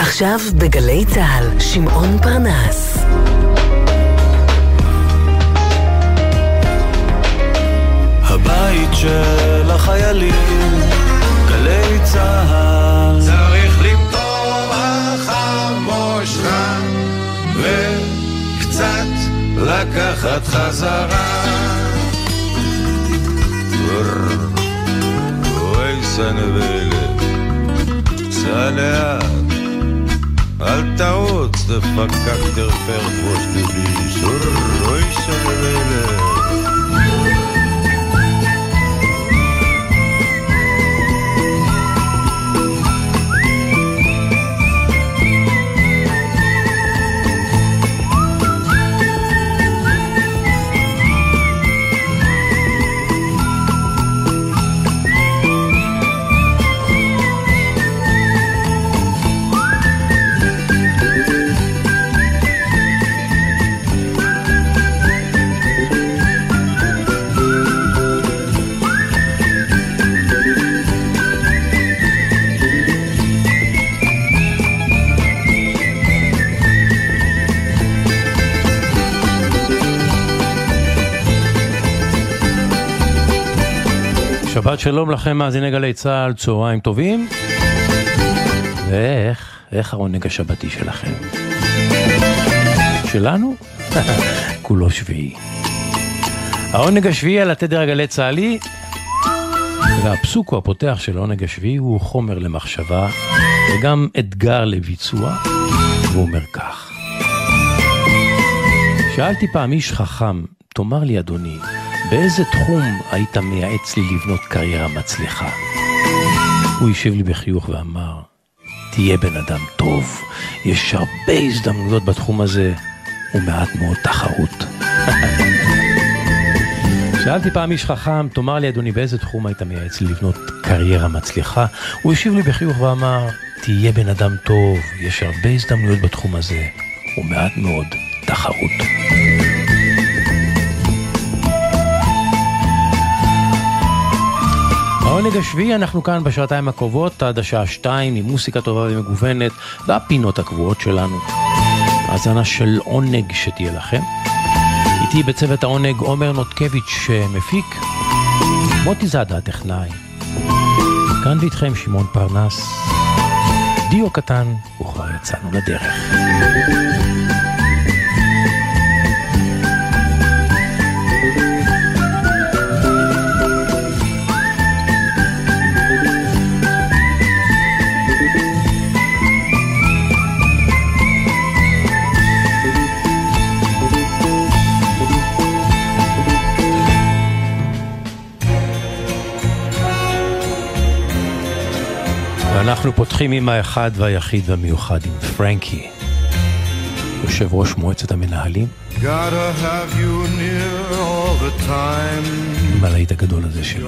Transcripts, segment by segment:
עכשיו בגלי צהל, שמעון פרנס. הבית של החיילים, גלי צהל. צריך למטור החמושך וקצת לקחת חזרה. אוי סנבלת, סע לאט, אל תעוץ, דפקק תרפר בוש דביש. אוי סנבלת. שבת שלום לכם מאזיני גלי צהל, צהריים טובים. ואיך העונג השבתי שלכם? שלנו? כולו שביעי. העונג השביעי על התדר הגלי צהלי, והפסוק הוא הפותח של העונג השביעי הוא חומר למחשבה וגם אתגר לביצוע, והוא אומר כך: שאלתי פעם איש חכם, תאמר לי אדוני, באיזה תחום היית מייעץ לי לבנות קריירה מצליחה? הוא ישב לי בחיוך ואמר, תהיה בן אדם טוב, יש הרבה הזדמנויות בתחום הזה ומעט מאוד תחרות. שאלתי פעם איש חכם, תאמר לי אדוני, באיזה תחום היית מייעץ לי לבנות קריירה מצליחה? הוא ישב לי בחיוך ואמר, תהיה בן אדם טוב, יש הרבה הזדמנויות בתחום הזה ומעט מאוד תחרות. העונג השביעי, אנחנו כאן בשעתיים הקרובות עד השעה 2 עם מוסיקה טובה ומגוונת והפינות הקבועות שלנו. האזנה של עונג שתהיה לכם. איתי בצוות העונג עומר נוטקביץ' שמפיק, מוטי זאדה הטכנאי. כאן ואיתכם שמעון פרנס. דיו קטן וכבר יצאנו לדרך. אנחנו פותחים עם האחד והיחיד והמיוחד, עם פרנקי, יושב ראש מועצת המנהלים, עם הלהיט הגדול הזה שלו.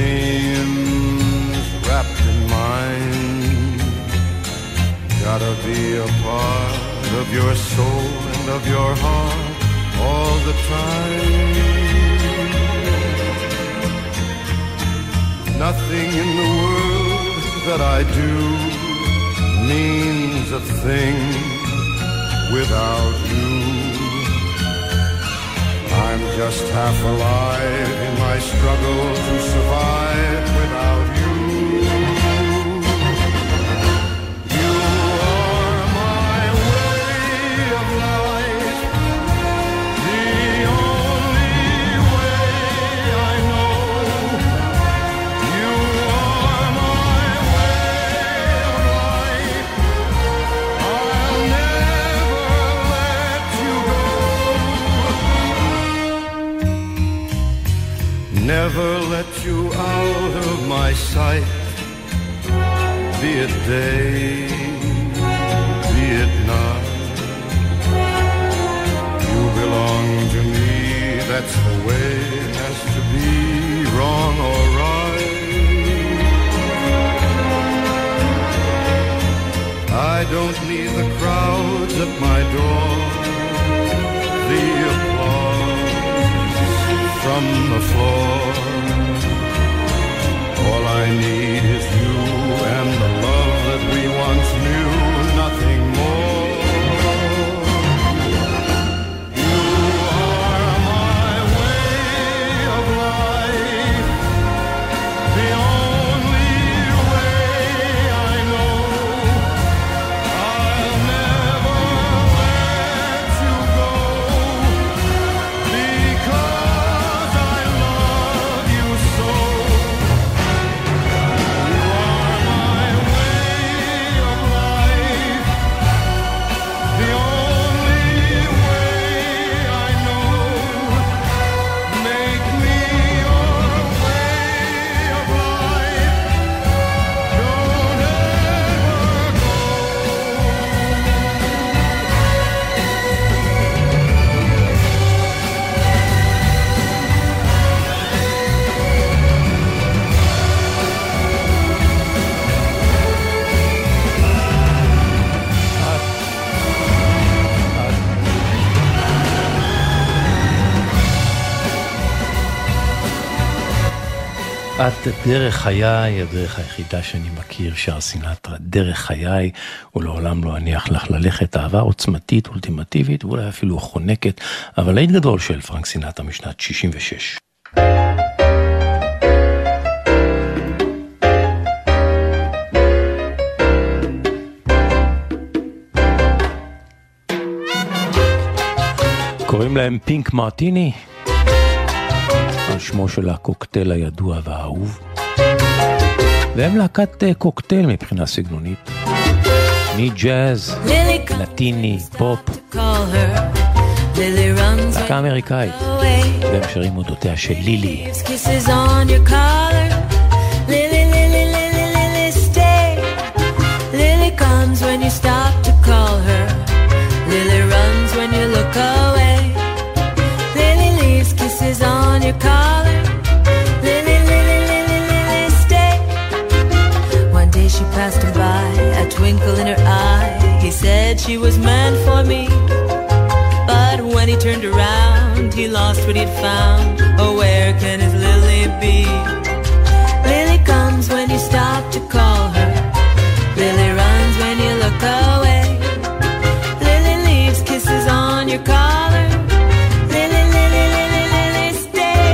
Gotta be a part of your soul and of your heart all the time. Nothing in the world that I do means a thing without you. I'm just half alive in my struggle to survive without you. You are my way of life, the only way I know. You are my way of life, I'll never let you go. Never let you out of my sight, be it day, be it night. You belong to me, that's the way it has to be, wrong or right. I don't need the crowds at my door, the applause from the floor. All I need is you and the love that we once knew. Nothing את דרך חיי, הדרך היחידה שאני מכיר, שר סינטרה, דרך חיי, ולעולם לא אניח לך ללכת, אהבה עוצמתית, אולטימטיבית, ואולי אפילו חונקת, אבל להיט גדול של פרנק סינטרה משנת 66. קוראים להם פינק מרטיני, על שמו של הקוקטייל הידוע והאהוב, והם להקת קוקטייל מבחינה סגנונית, מג'אז, לטיני, פופ, להקה אמריקאית, והם שרים אודותיה של לילי. Lily comes when you stop to call her. Lily runs when you look away. Lily leaves kisses on your collar. Lily, Lily, Lily, Lily, stay. One day she passed him by, a twinkle in her eye. He said she was meant for me. But when he turned around, he lost what he'd found. Oh, where can his Lily be? Lily comes when you stop to call her. Lily runs when you look away. Lily leaves kisses on your collar. Lily, Lily, Lily, Lily, stay.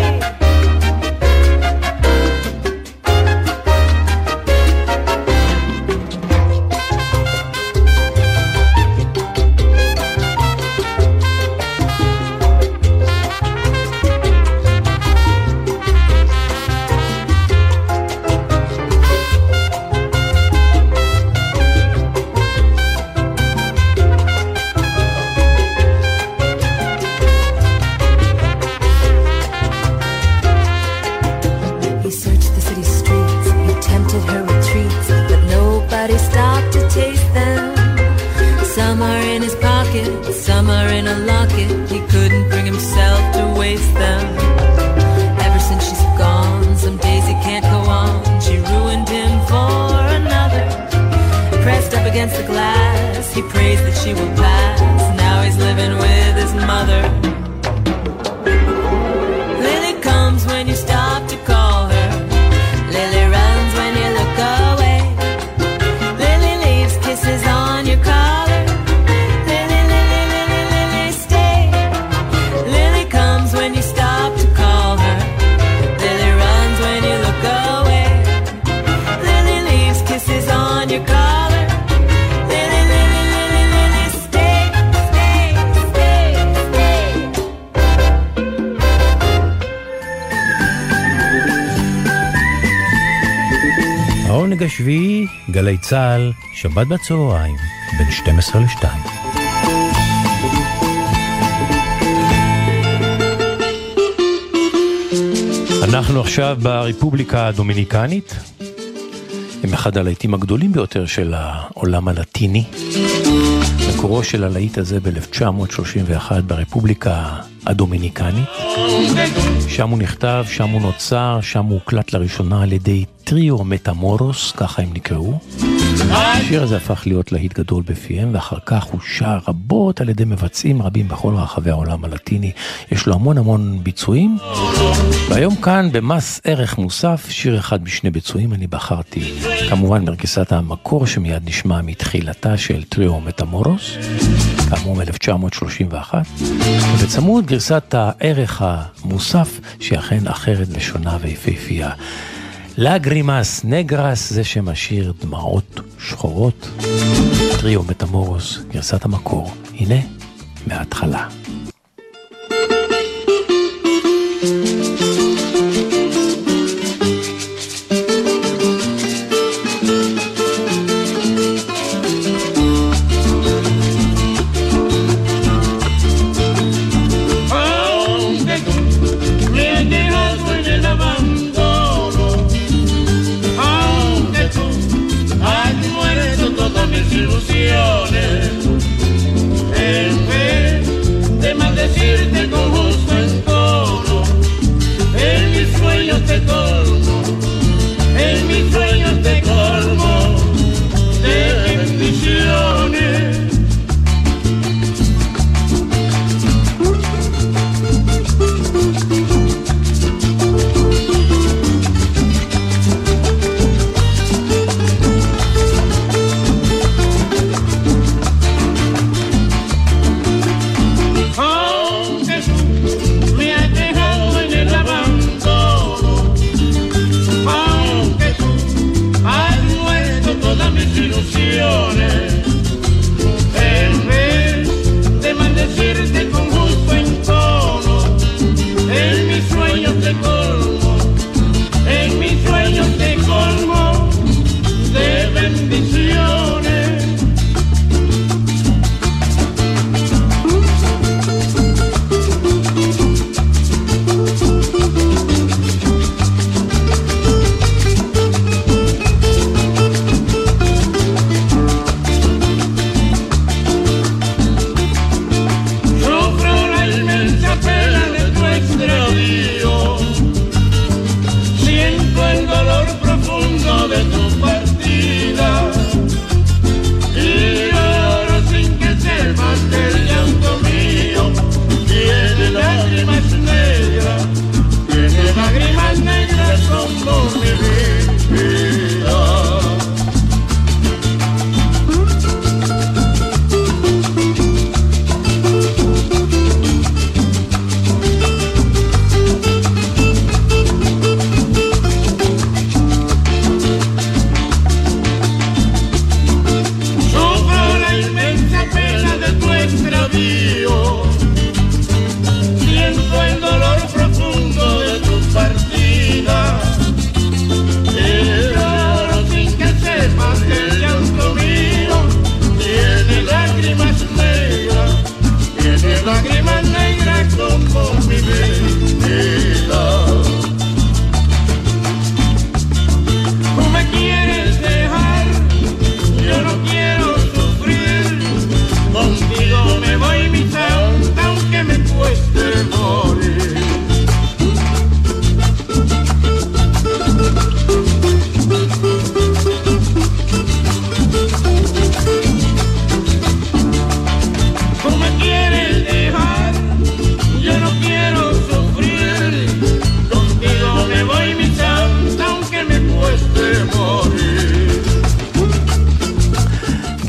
Some are in a locket, he couldn't bring himself to waste them. Ever since she's gone, some days he can't go on. She ruined him for another. Pressed up against the glass, he prays that she will pass. Now he's living with his mother. Lily comes when you stop to call her. Lily runs when you look away. Lily leaves kisses on your collar. When you stop to call her, Lily runs when you look away. Lily leaves kisses on your collar. Lily, Lily, Lily, Lily, stay, stay, stay, stay. העונג השביעי, גלי צהל, שבת בצהריים, בין 12 ל-2. אנחנו עכשיו ברפובליקה הדומיניקנית, עם אחד הלהיטים הגדולים ביותר של העולם הלטיני. מקורו של הלהיט הזה ב-1931 ברפובליקה הדומיניקנית. שם הוא נכתב, שם הוא נוצר, שם הוא הוקלט לראשונה על ידי טריו מטמורוס, ככה הם נקראו. השיר הזה הפך להיות להיט גדול בפיהם, ואחר כך הוא שר רבות על ידי מבצעים רבים בכל רחבי העולם הלטיני. יש לו המון המון ביצועים, והיום כאן במס ערך מוסף, שיר אחד בשני ביצועים. אני בחרתי כמובן בגרסת המקור שמיד נשמע מתחילתה של טריו מטמורוס, כאמור מ-1931, ובצמוד גרסת הערך המוסף שאכן אחרת ושונה ויפהפייה. לגרימאס נגרס, זה שם השיר, דמעות שחורות. טריו מטמורוס, גרסת המקור. הנה, מההתחלה. En vez de maldecirte con gusto en coro, en mis sueños te colmo, en mis sueños te colmo de bendiciones.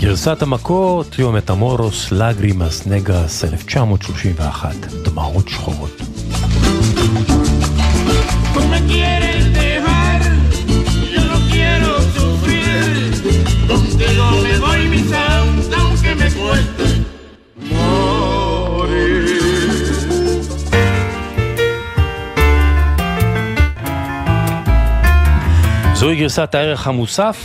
גרסת המקור, טריו מטמורוס, לגרימס נגרס, 1931, דמעות שחורות. Tú me quieres dejar, yo no quiero sufrir, contigo me voy mi santa, aunque me cueste morir. זוהי גרסת הערך המוסף,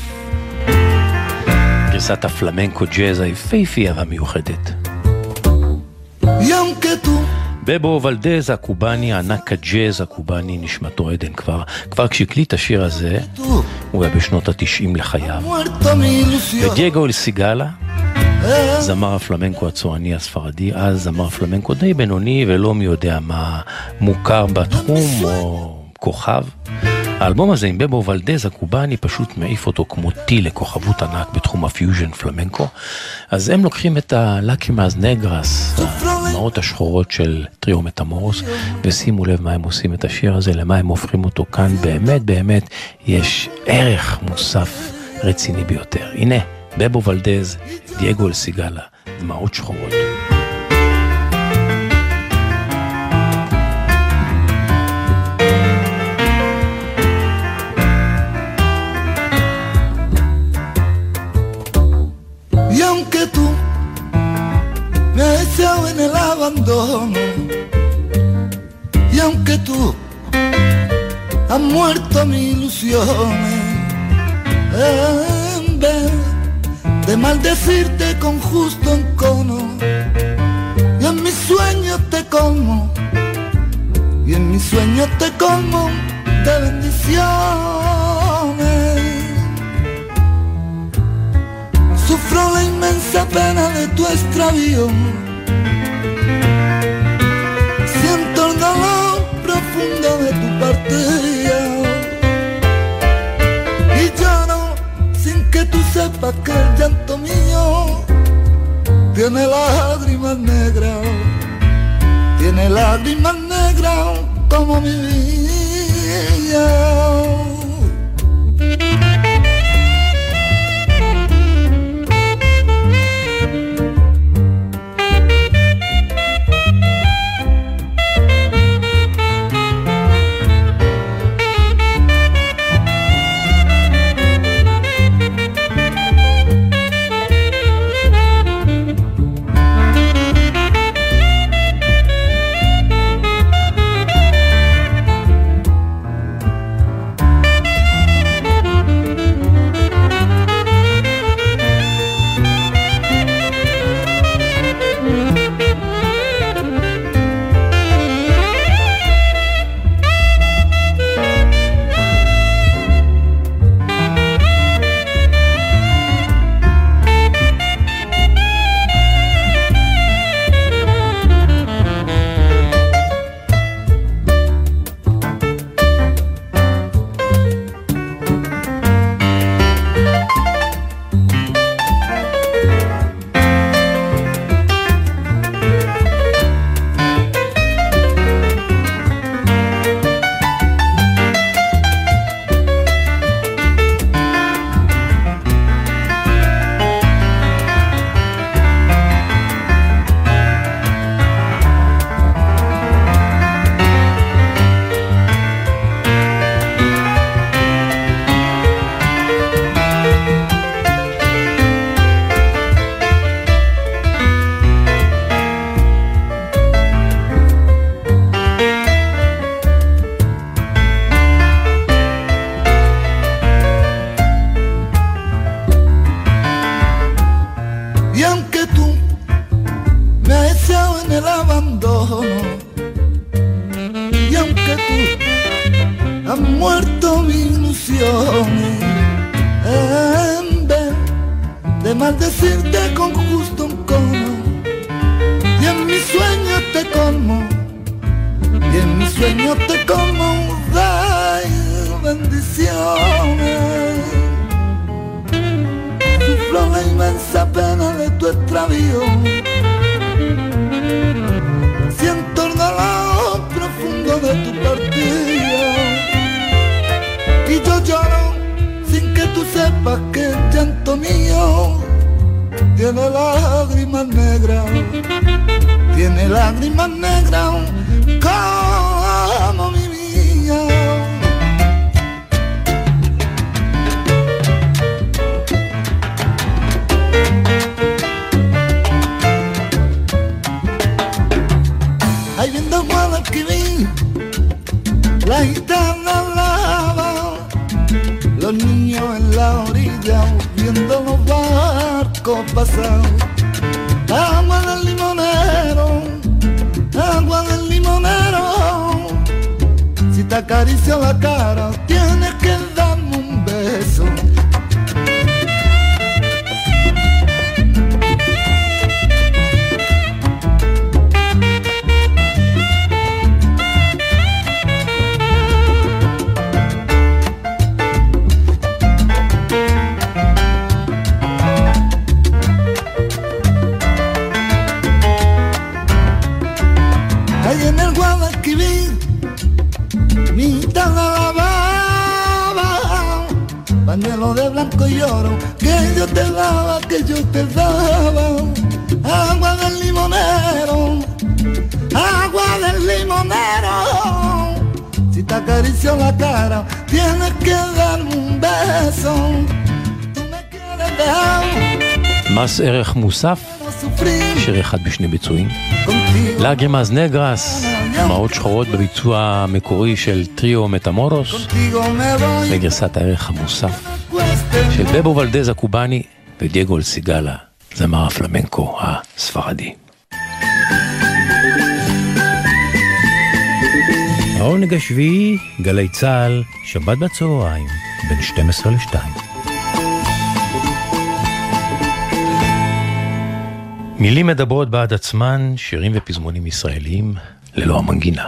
גרסת הפלמנקו ג'אז היפהפייה והמיוחדת. בבו ולדז הקובני, ענק הג'אז הקובני, נשמתו עדן כבר כשהקליט השיר הזה, הוא היה בשנות ה-90 לחייו. ודייגו אלסיגלה, זמר הפלמנקו הצועני הספרדי, אז זמר פלמנקו די בינוני ולא מי יודע מה, מוכר בתחום או כוכב. האלבום הזה עם בבו ולדז הקובני פשוט מעיף אותו כמו טיל לכוכבות ענק בתחום הפיוז'ן פלמנקו. אז הם לוקחים את הלאקרימס נגרס, הדמעות השחורות של טריו מטמורוס, ושימו לב מה הם עושים את השיר הזה, למה הם הופכים אותו כאן. באמת באמת יש ערך מוסף רציני ביותר. הנה, בבו ולדז, דייגו אלסיגלה, דמעות שחורות. En el abandono, y aunque tú has muerto mis ilusiones, en vez de maldecirte con justo encono, y en mis sueños te colmo, y en mis sueños te colmo de bendiciones. Sufro la inmensa pena de tu extravío, siento el dolor profundo de tu partida, y lloro sin que tú sepas que el llanto mío tiene lágrimas negras, como mi vida. tiene lágrimas negras, tiene lágrimas negras como mi niña. Ahí viendo Guadalquivir, la gitana lava, los niños en la orilla viendo los barcos pasar. Agua del limonero, agua del limonero, si te acaricio la cara tienes que darme un beso. Pañuelo de blanco y oro que yo te daba, que yo te daba. Agua del limonero, agua del limonero, si te acaricio la cara tienes que darme un beso. Tú me quieres dejar מס ערך מוסף, שיר אחד בשני ביצועים. לאגרימאז נגרס, דמעות שחורות בביצוע המקורי של טריו מטמורוס, וגרסת הערך המוסף של בבו ולדז הקובני ודייגו אלסיגלה, זמר הפלמנקו הספרדי. העונג השביעי, גלי צהל, שבת בצהריים, בין 12 ל-2. מילים מדברות בעד עצמן, שירים ופזמונים ישראליים, ללא המנגינה.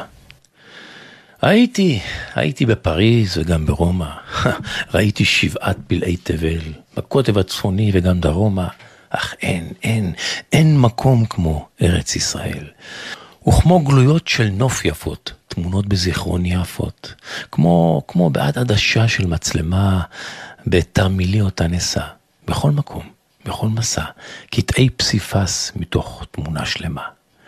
הייתי בפריז וגם ברומא, ראיתי 7 פלאי תבל, בקוטב הצפוני וגם דרומה, אך אין מקום כמו ארץ ישראל. וכמו גלויות של נוף יפות, תמונות בזיכרון יפות, כמו בעד עדשה של מצלמה, בתרמילי אותה נסע, בכל מקום. בכל מסע, קטעי פסיפס מתוך תמונה שלמה.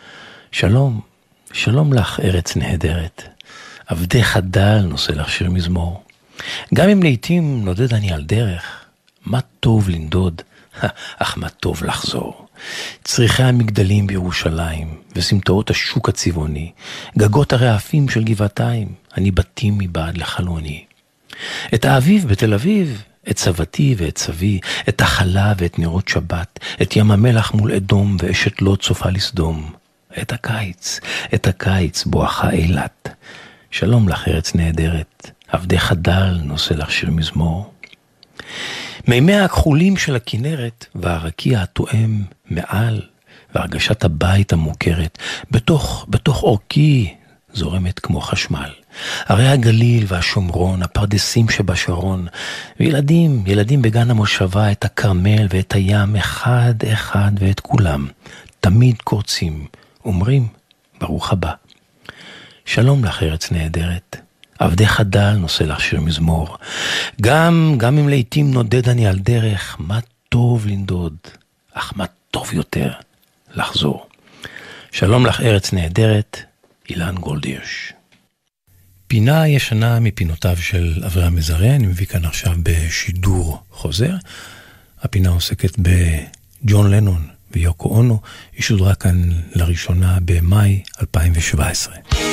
שלום לך ארץ נהדרת, עבדך הדל נושא לך שיר מזמור. גם אם לעתים נודד אני על דרך, מה טוב לנדוד, אך מה טוב לחזור. צריכי המגדלים בירושלים, וסמטאות השוק הצבעוני, גגות הרעפים של גבעתיים, אני בתים מבעד לחלוני. את האביב בתל אביב, את סבתי ואת סבי, את החלה ואת נרות שבת, את ים המלח מול אדום ואשת לא צופה לסדום. את הקיץ בואכה אילת. שלום לך ארץ נהדרת, עבדך דל נושא לך שיר מזמור. מימי הכחולים של הכנרת והרקיע התואם מעל, והרגשת הבית המוכרת, בתוך אורכי זורמת כמו חשמל. הרי הגליל והשומרון, הפרדסים שבשרון, וילדים בגן המושבה, את הכרמל ואת הים, אחד ואת כולם, תמיד קורצים, אומרים, ברוך הבא. שלום לך ארץ נהדרת, עבדך דל נושא לך שיר מזמור. גם אם לעתים נודד אני על דרך, מה טוב לנדוד, אך מה טוב יותר לחזור. שלום לך ארץ נהדרת, אילן גולדירש. פינה ישנה מפינותיו של אברהם מזרע, אני מביא כאן עכשיו בשידור חוזר. הפינה עוסקת בג'ון לנון ויוקו אונו, היא שודרה כאן לראשונה במאי 2017.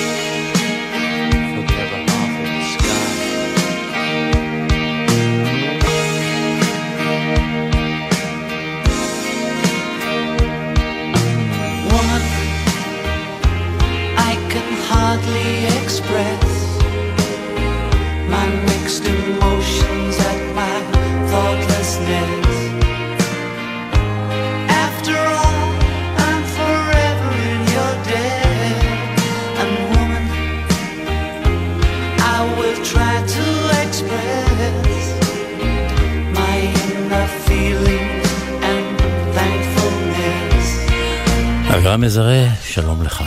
Hardly express my mixed emotions at my thoughtlessness. After all, I'm forever in your debt. And woman, I will try to express my inner feelings and thankfulness. אברהם מזרע, שלום לך.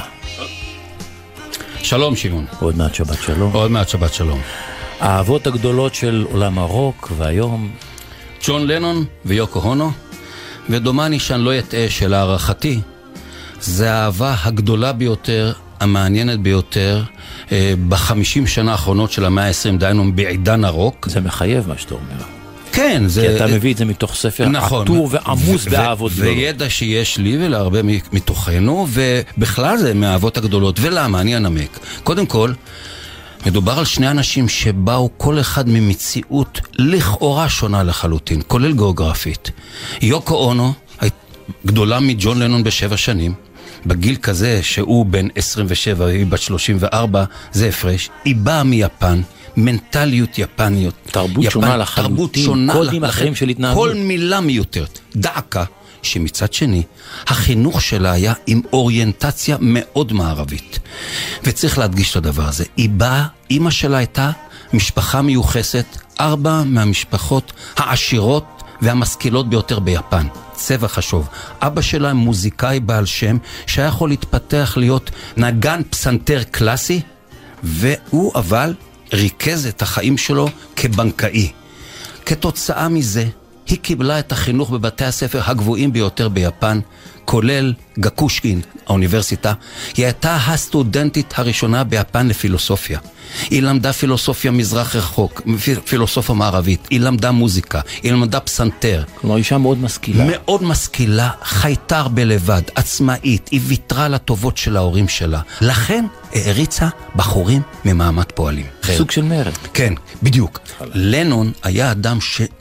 שלום שמעון. עוד מעט שבת שלום. עוד מעט שבת שלום. האהבות הגדולות של עולם הרוק, והיום ג'ון לנון ויוקו אונו, ודומני שאני לא יתאה של הערכתי, זה האהבה הגדולה ביותר, המעניינת ביותר, ב50 שנה האחרונות של המאה ה-20, דיינו בעידן הרוק. זה מחייב מה שאתה אומר. כן, זה... כי אתה מביא את זה מתוך ספר נכון, עטור ועמוס באהבות גדולות. וידע שיש לי ולהרבה מתוכנו, ובכלל זה מהאהבות הגדולות. ולמה? אני אנמק. קודם כל, מדובר על שני אנשים שבאו כל אחד ממציאות לכאורה שונה לחלוטין, כולל גיאוגרפית. יוקו אונו, גדולה מג'ון לנון ב7 שנים, בגיל כזה שהוא בן 27 והיא בת 34, זה הפרש. היא באה מיפן, מנטליות יפניות. תרבות יפן, שונה לחלוטין, קודים אחרים של התנהגות. כל מילה מיותרת. דעקה, שמצד שני, החינוך שלה היה עם אוריינטציה מאוד מערבית. וצריך להדגיש את הדבר הזה. היא באה, אמא שלה הייתה משפחה מיוחסת, 4 מהמשפחות העשירות והמשכילות ביותר ביפן. צבע חשוב. אבא שלה מוזיקאי בעל שם, שהיה יכול להתפתח להיות נגן פסנתר קלאסי, והוא אבל ריכז את החיים שלו כבנקאי. כתוצאה מזה, היא קיבלה את החינוך בבתי הספר הגבוהים ביותר ביפן, כולל גקושקין, האוניברסיטה. היא הייתה הסטודנטית הראשונה ביפן לפילוסופיה. היא למדה פילוסופיה מזרח רחוק, פילוסופיה מערבית. היא למדה מוזיקה, היא למדה פסנתר. כלומר, אישה מאוד משכילה. מאוד משכילה, חייתה הרבה לבד, עצמאית. היא ויתרה לטובות של ההורים שלה. לכן העריצה בחורים ממעמד פועלים. סוג של מרד. כן, בדיוק. לנון היה אדם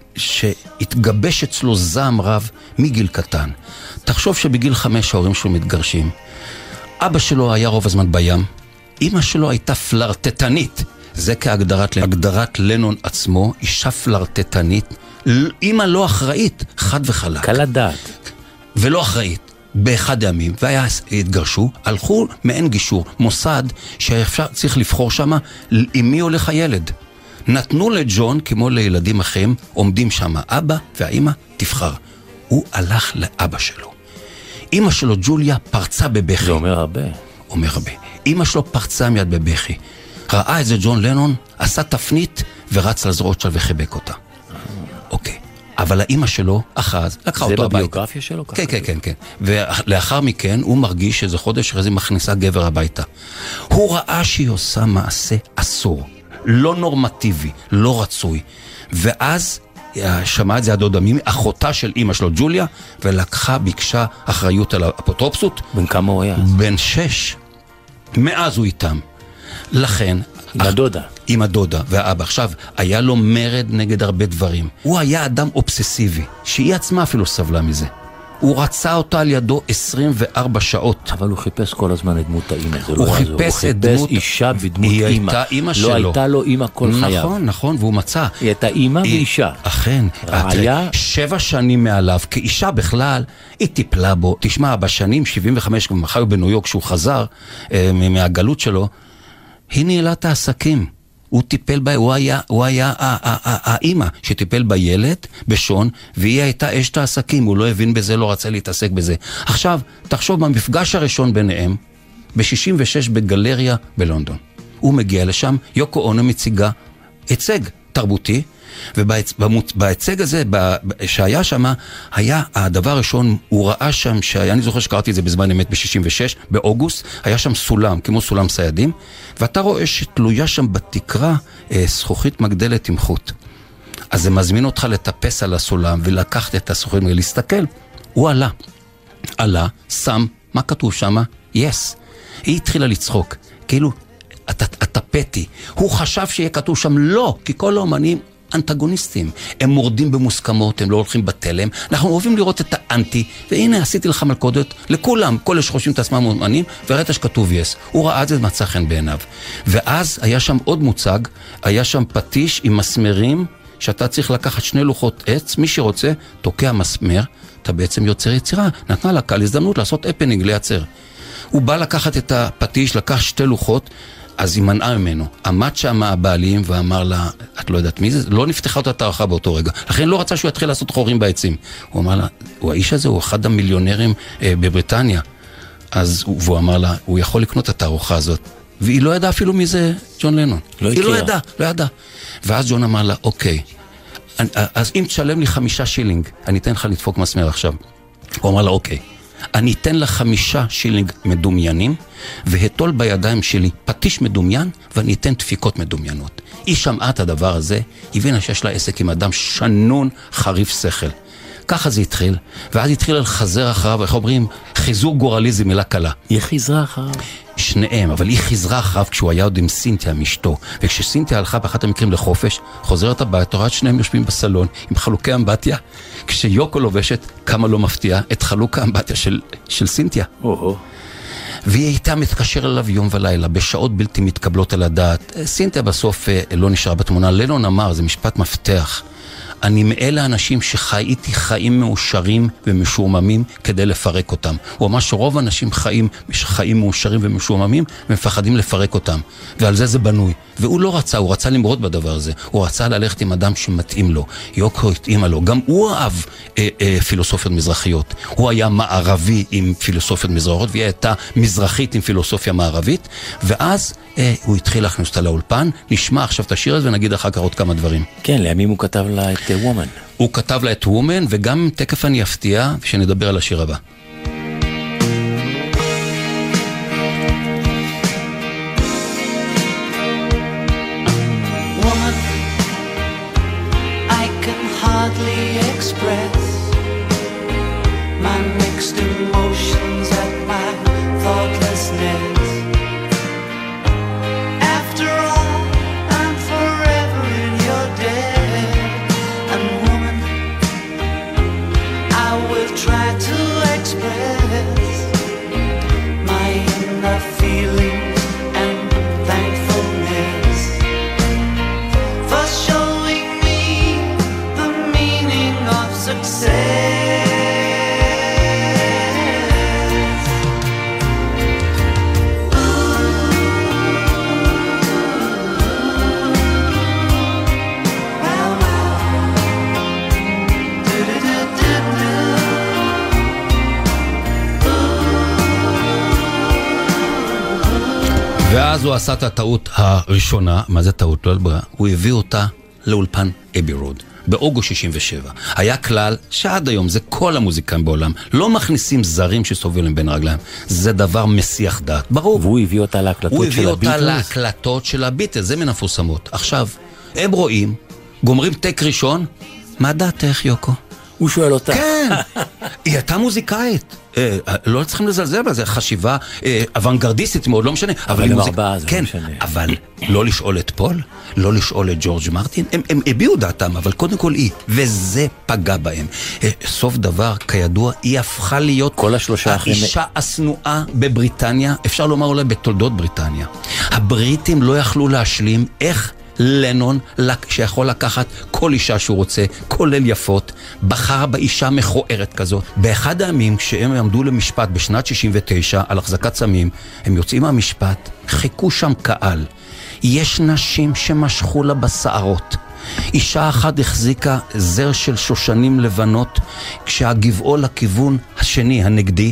שהתגבש אצלו זעם רב מגיל קטן. תחשוב שבגיל 5 ההורים שלו מתגרשים. אבא שלו היה רוב הזמן בים. אמא שלו הייתה פלרטטנית. זה כהגדרת לנון עצמו, אישה פלרטטנית. אמא לא אחראית, חד וחלק. קלת דעת. ולא אחראית. באחד הימים, התגרשו, הלכו מעין גישור, מוסד שאפשר, צריך לבחור שמה עם מי הולך הילד. נתנו לג'ון, כמו לילדים אחרים, עומדים שם, אבא והאמא, תבחר. הוא הלך לאבא שלו. אמא שלו, ג'וליה, פרצה בבכי. זה אומר הרבה. אומר הרבה. אמא שלו פרצה מיד בבכי. ראה את זה ג'ון לנון, עשה תפנית ורץ לזרועות שלו וחיבק אותה. אוקיי. אבל האמא שלו, אחז, לקחה אותו הביתה. זה בביוגרפיה שלו? כן, כן, כן, כן. ולאחר מכן הוא מרגיש שזה חודש אחרי זה מכניסה גבר הביתה. הוא ראה שהיא עושה מעשה אסור. לא נורמטיבי, לא רצוי. ואז שמעה את זה הדודה מימי, אחותה של אמא שלו, ג'וליה, ולקחה, ביקשה אחריות על האפוטרופסות. בן כמה הוא היה? בן 6. מאז הוא איתם. לכן... עם הדודה. עם הדודה והאבא. עכשיו, היה לו מרד נגד הרבה דברים. הוא היה אדם אובססיבי, שהיא עצמה אפילו סבלה מזה. הוא רצה אותה על ידו 24 שעות. אבל הוא חיפש כל הזמן את דמות האמא. הוא חיפש את דמות... אישה בדמות היא אמא. הייתה אמא שלו. לא הייתה לו אמא כל חייו. נכון, נכון, והוא מצא. היא הייתה אמא ואישה. אכן. רעיה. 7 שנים מעליו, כאישה בכלל, היא טיפלה בו. תשמע, בשנים 75, גם חיו בניו יורק, שהוא חזר מהגלות שלו, היא ניהלה את העסקים. הוא טיפל בה, הוא היה האמא שטיפל בילד, בשון, והיא הייתה אשת העסקים, הוא לא הבין בזה, לא רצה להתעסק בזה. עכשיו, תחשוב, במפגש הראשון ביניהם, ב-66 בגלריה בלונדון. הוא מגיע לשם, יוקו אונו מציגה הצג תרבותי, ובהצג הזה, שהיה שם, היה הדבר הראשון, הוא ראה שם, אני זוכר שקראתי את זה בזמן אמת ב-66, באוגוסט, היה שם סולם, כמו סולם סיידים, ואתה רואה שתלויה שם בתקרה זכוכית מגדלת עם חוט. אז זה מזמין אותך לטפס על הסולם, ולקחת את הזכוכית ולהסתכל. הוא עלה, שם, מה כתוב שם? Yes. היא התחילה לצחוק, כאילו, אתה פטי. הוא חשב שיהיה כתוב שם לא, כי כל האומנים אנטגוניסטים. הם מורדים במוסכמות, הם לא הולכים בתלם. אנחנו אוהבים לראות את האנטי, והנה עשיתי לך מלכודת לכולם, כל אלה שחושבים את עצמם אומנים, וראית שכתוב yes. הוא ראה את זה מצא חן בעיניו. ואז היה שם עוד מוצג, היה שם פטיש עם מסמרים, שאתה צריך לקחת 2 לוחות עץ, מי שרוצה, תוקע מסמר, אתה בעצם יוצר יצירה. נתנה לה קל הזדמנות לעשות הפנינג, לייצר. הוא בא לקחת את הפטיש, לקח 2 לוחות, אז היא מנעה ממנו. עמד שם הבעלים ואמר לה, את לא יודעת מי זה? לא נפתחה אותה תערכה באותו רגע. לכן לא רצה שהוא יתחיל לעשות חורים בעצים. הוא אמר לה, האיש הזה הוא אחד המיליונרים בבריטניה. והוא אמר לה, הוא יכול לקנות את התערוכה הזאת. והיא לא ידעה אפילו מי זה ג'ון לנון. היא לא ידעה. ואז ג'ון אמר לה, אוקיי, אז אם תשלם לי 5 שילינג, אני אתן לך לדפוק מסמר עכשיו. הוא אמר לה, אוקיי, אני אתן לה 5 שילינג מדומיינים, והטול בידיים שלי פטיש מדומיין, ואני אתן דפיקות מדומיינות. היא שמעה את הדבר הזה, הבינה שיש לה עסק עם אדם שנון חריף שכל. ככה זה התחיל, ואז התחיל לחזר אחריו, איך אומרים, חיזור גורלי זה מילה קלה. היא חיזרה אחריו. שניהם, אבל היא חיזרה אחריו כשהוא היה עוד עם סינתיה משתו. וכשסינתיה הלכה באחת המקרים לחופש, חוזרת הביתה, רואה שניהם יושבים בסלון עם חלוקי אמבטיה, כשיוקו לובשת, כמה לא מפתיע, את חלוק האמבטיה של סינתיה. והיא הייתה מתקשר אליו יום ולילה, בשעות בלתי מתקבלות על הדעת. סינתיה בסוף לא נשארה בתמונה. לנון אמר, זה משפט מפתח, אני מאלה האנשים שחייתי חיים מאושרים ומשועממים כדי לפרק אותם. הוא אמר שרוב האנשים חיים מאושרים ומשועממים ומפחדים לפרק אותם. ועל זה בנוי. והוא לא רצה, הוא רצה למרוד בדבר הזה. הוא רצה ללכת עם אדם שמתאים לו. יוקו התאימה לו. גם הוא אהב פילוסופיות מזרחיות. הוא היה מערבי עם פילוסופיות מזרחיות, והיא הייתה מזרחית עם פילוסופיה מערבית. ואז הוא התחיל להכניס אותה לאולפן. נשמע עכשיו את השיר הזה ונגיד אחר כך עוד כמה דברים. כן, לימים הוא כתב לה את וומן. הוא כתב לה את וומן, וגם תכף אני אפתיע שנדבר על השיר הבא. Woman, I can hardly express my mixed emotions at my thoughtlessness. After all, I'm forever in your debt. And woman, I will try to express my inner feelings and thankfulness for showing me the meaning of success. ואז הוא עשה את הטעות הראשונה, מה זה טעות? לא לברירה. הוא הביא אותה לאולפן אבי רוד, באוגוסט 67. היה כלל שעד היום זה כל המוזיקאים בעולם, לא מכניסים זרים שסובלים בין רגליים. זה דבר מסיח דעת, ברור. והוא הביא אותה להקלטות של הביטלס? הוא הביא אותה להקלטות של הביטלס, זה מן המפורסמות. עכשיו, הם רואים, גומרים טק ראשון, מה דעתך יוקו? הוא שואל אותה. כן, היא הייתה מוזיקאית. לא צריכים לזלזל בה, זה חשיבה אוונגרדיסטית מאוד, לא משנה. אבל הם ארבעה, זה כן, לא משנה. אבל לא לשאול את פול, לא לשאול את ג'ורג' מרטין, הם הביאו דעתם, אבל קודם כל היא, וזה פגע בהם. סוף דבר, כידוע, היא הפכה להיות כל השלושה האישה השנואה בבריטניה, אפשר לומר אולי בתולדות בריטניה. הבריטים לא יכלו להשלים איך לנון, שיכול לקחת כל אישה שהוא רוצה, כולל יפות, בחר באישה מכוערת כזאת. באחד הימים, כשהם עמדו למשפט בשנת 69 על החזקת סמים, הם יוצאים מהמשפט, חיכו שם קהל. יש נשים שמשכו לה בשערות. אישה אחת החזיקה זר של שושנים לבנות, כשהגבעול לכיוון השני, הנגדי,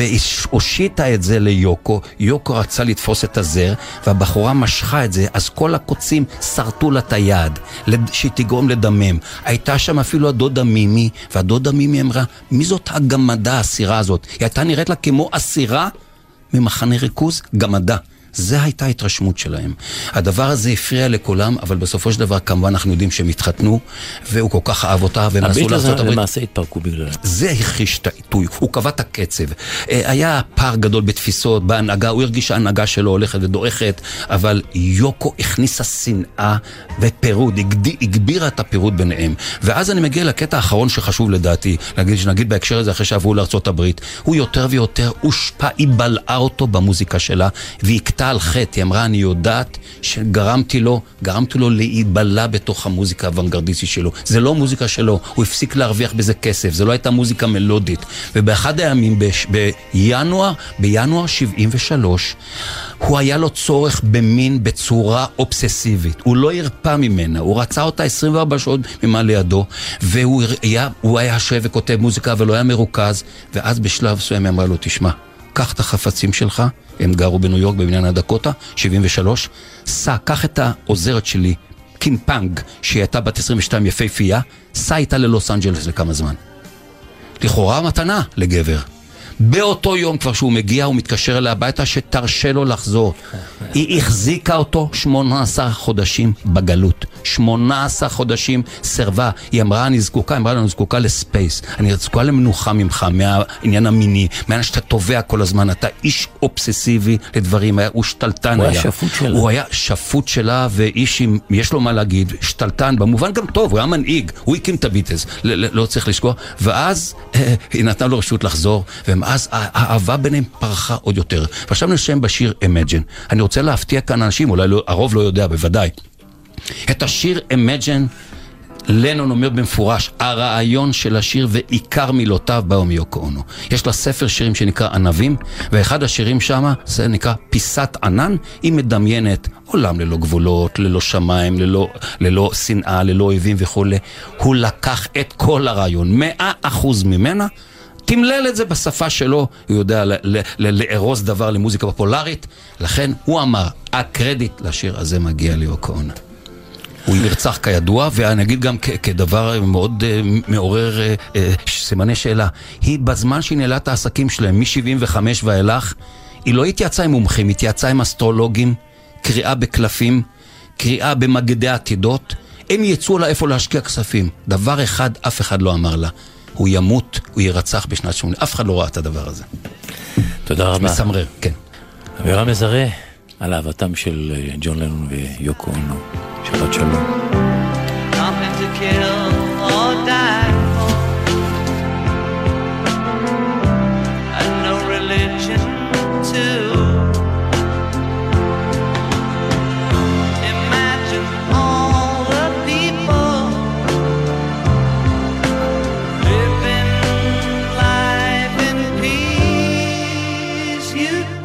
והושיטה את זה ליוקו. יוקו רצה לתפוס את הזר, והבחורה משכה את זה, אז כל הקוצים שרטו לה את היד, שהיא תגרום לדמם. הייתה שם אפילו הדודה מימי, והדודה מימי אמרה, מי זאת הגמדה, הסירה הזאת? היא הייתה נראית לה כמו אסירה ממחנה ריכוז, גמדה. זה הייתה התרשמות שלהם. הדבר הזה הפריע לכולם, אבל בסופו של דבר כמובן אנחנו יודעים שהם התחתנו, והוא כל כך אהב אותה, והם נסו לארצות הברית. הביטלס למעשה התפרקו בגלל זה הכחיש את העיתוי, הוא קבע את הקצב. היה פער גדול בתפיסות, בהנהגה, הוא הרגיש שההנהגה שלו הולכת ודועכת, אבל יוקו הכניסה שנאה ופירוד, הגבירה את הפירוד ביניהם. ואז אני מגיע לקטע האחרון שחשוב לדעתי, שנגיד בהקשר הזה אחרי שעברו לארצות הברית, הוא יותר ויותר הושפע, היא בלעה אותו במוזיקה שלה, והקטע על חטא, היא אמרה, אני יודעת שגרמתי לו להיבלה בתוך המוזיקה האוונגרדיסטית שלו. זה לא מוזיקה שלו, הוא הפסיק להרוויח בזה כסף, זה לא הייתה מוזיקה מלודית. ובאחד הימים, בינואר 73, הוא היה לו צורך במין בצורה אובססיבית. הוא לא הרפא ממנה, הוא רצה אותה 24 שעות ממה לידו, והוא היה שואב וכותב מוזיקה ולא היה מרוכז, ואז בשלב מסוים אמרה לו, תשמע, קח את החפצים שלך, הם גרו בניו יורק בבניין הדקוטה, 73, קח את העוזרת שלי, קים פאנג, שהיא הייתה בת 22 יפהפייה, סע איתה ללוס אנג'לס לכמה זמן. לכאורה מתנה לגבר. באותו יום כבר שהוא מגיע, הוא מתקשר אליה הביתה שתרשה לו לחזור. היא החזיקה אותו 18 חודשים בגלות. 18 חודשים סרבה. היא אמרה, אני זקוקה לספייס. אני זקוקה למנוחה ממך, מהעניין המיני, מהעניין שאתה תובע כל הזמן. אתה איש אובססיבי לדברים, הוא שתלטן. הוא היה שפוט שלה. הוא היה שפוט שלה, ואיש יש לו מה להגיד, שתלטן, במובן גם טוב, הוא היה מנהיג, הוא הקים את הביטלס, לא צריך לשכוח. ואז היא נתנה לו רשות לחזור, אז האהבה ביניהם פרחה עוד יותר. ועכשיו נשם בשיר Imagine. אני רוצה להפתיע כאן אנשים, אולי לא, הרוב לא יודע, בוודאי. את השיר Imagine, לנון אומר במפורש, הרעיון של השיר ועיקר מילותיו באו מיוקו אונו. יש לה ספר שירים שנקרא ענבים, ואחד השירים שמה, זה נקרא פיסת ענן, היא מדמיינת עולם ללא גבולות, ללא שמיים, ללא שנאה, ללא אויבים וכו'. הוא לקח את כל הרעיון, 100% ממנה, תמלל את זה בשפה שלו, הוא יודע לארוס דבר למוזיקה פופולרית, לכן הוא אמר, הקרדיט לשיר הזה מגיע ליוקו אונו. הוא נרצח כידוע, ואני אגיד גם כדבר מאוד מעורר סימני שאלה, היא בזמן שהיא ניהלה את העסקים שלהם, מ-75 ואילך, היא לא התייעצה עם מומחים, היא התייעצה עם אסטרולוגים, קריאה בקלפים, קריאה במגדי עתידות, הם יצאו לה איפה להשקיע כספים. דבר אחד, אף אחד לא אמר לה. הוא ימות, הוא ירצח בשנת 80. אף אחד לא ראה את הדבר הזה. תודה רבה. מסמרר, כן. אווירה מזרה על אהבתם של ג'ון לנון ויוקו אונו. שבת שלום. Nothing to kill or die for, and no religion too. Imagine all the people living life in peace.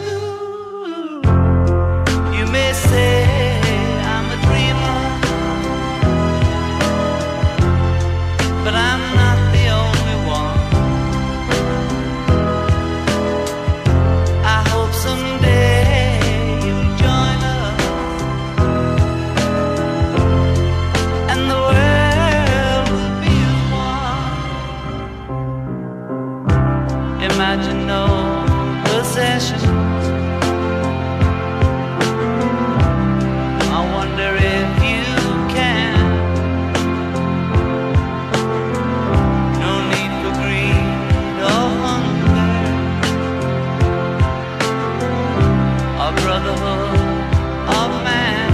You may say but I'm not the only one. I hope someday you'll join us, and the world will be as one. Imagine no possessions. I wonder if you can. Brotherhood of man.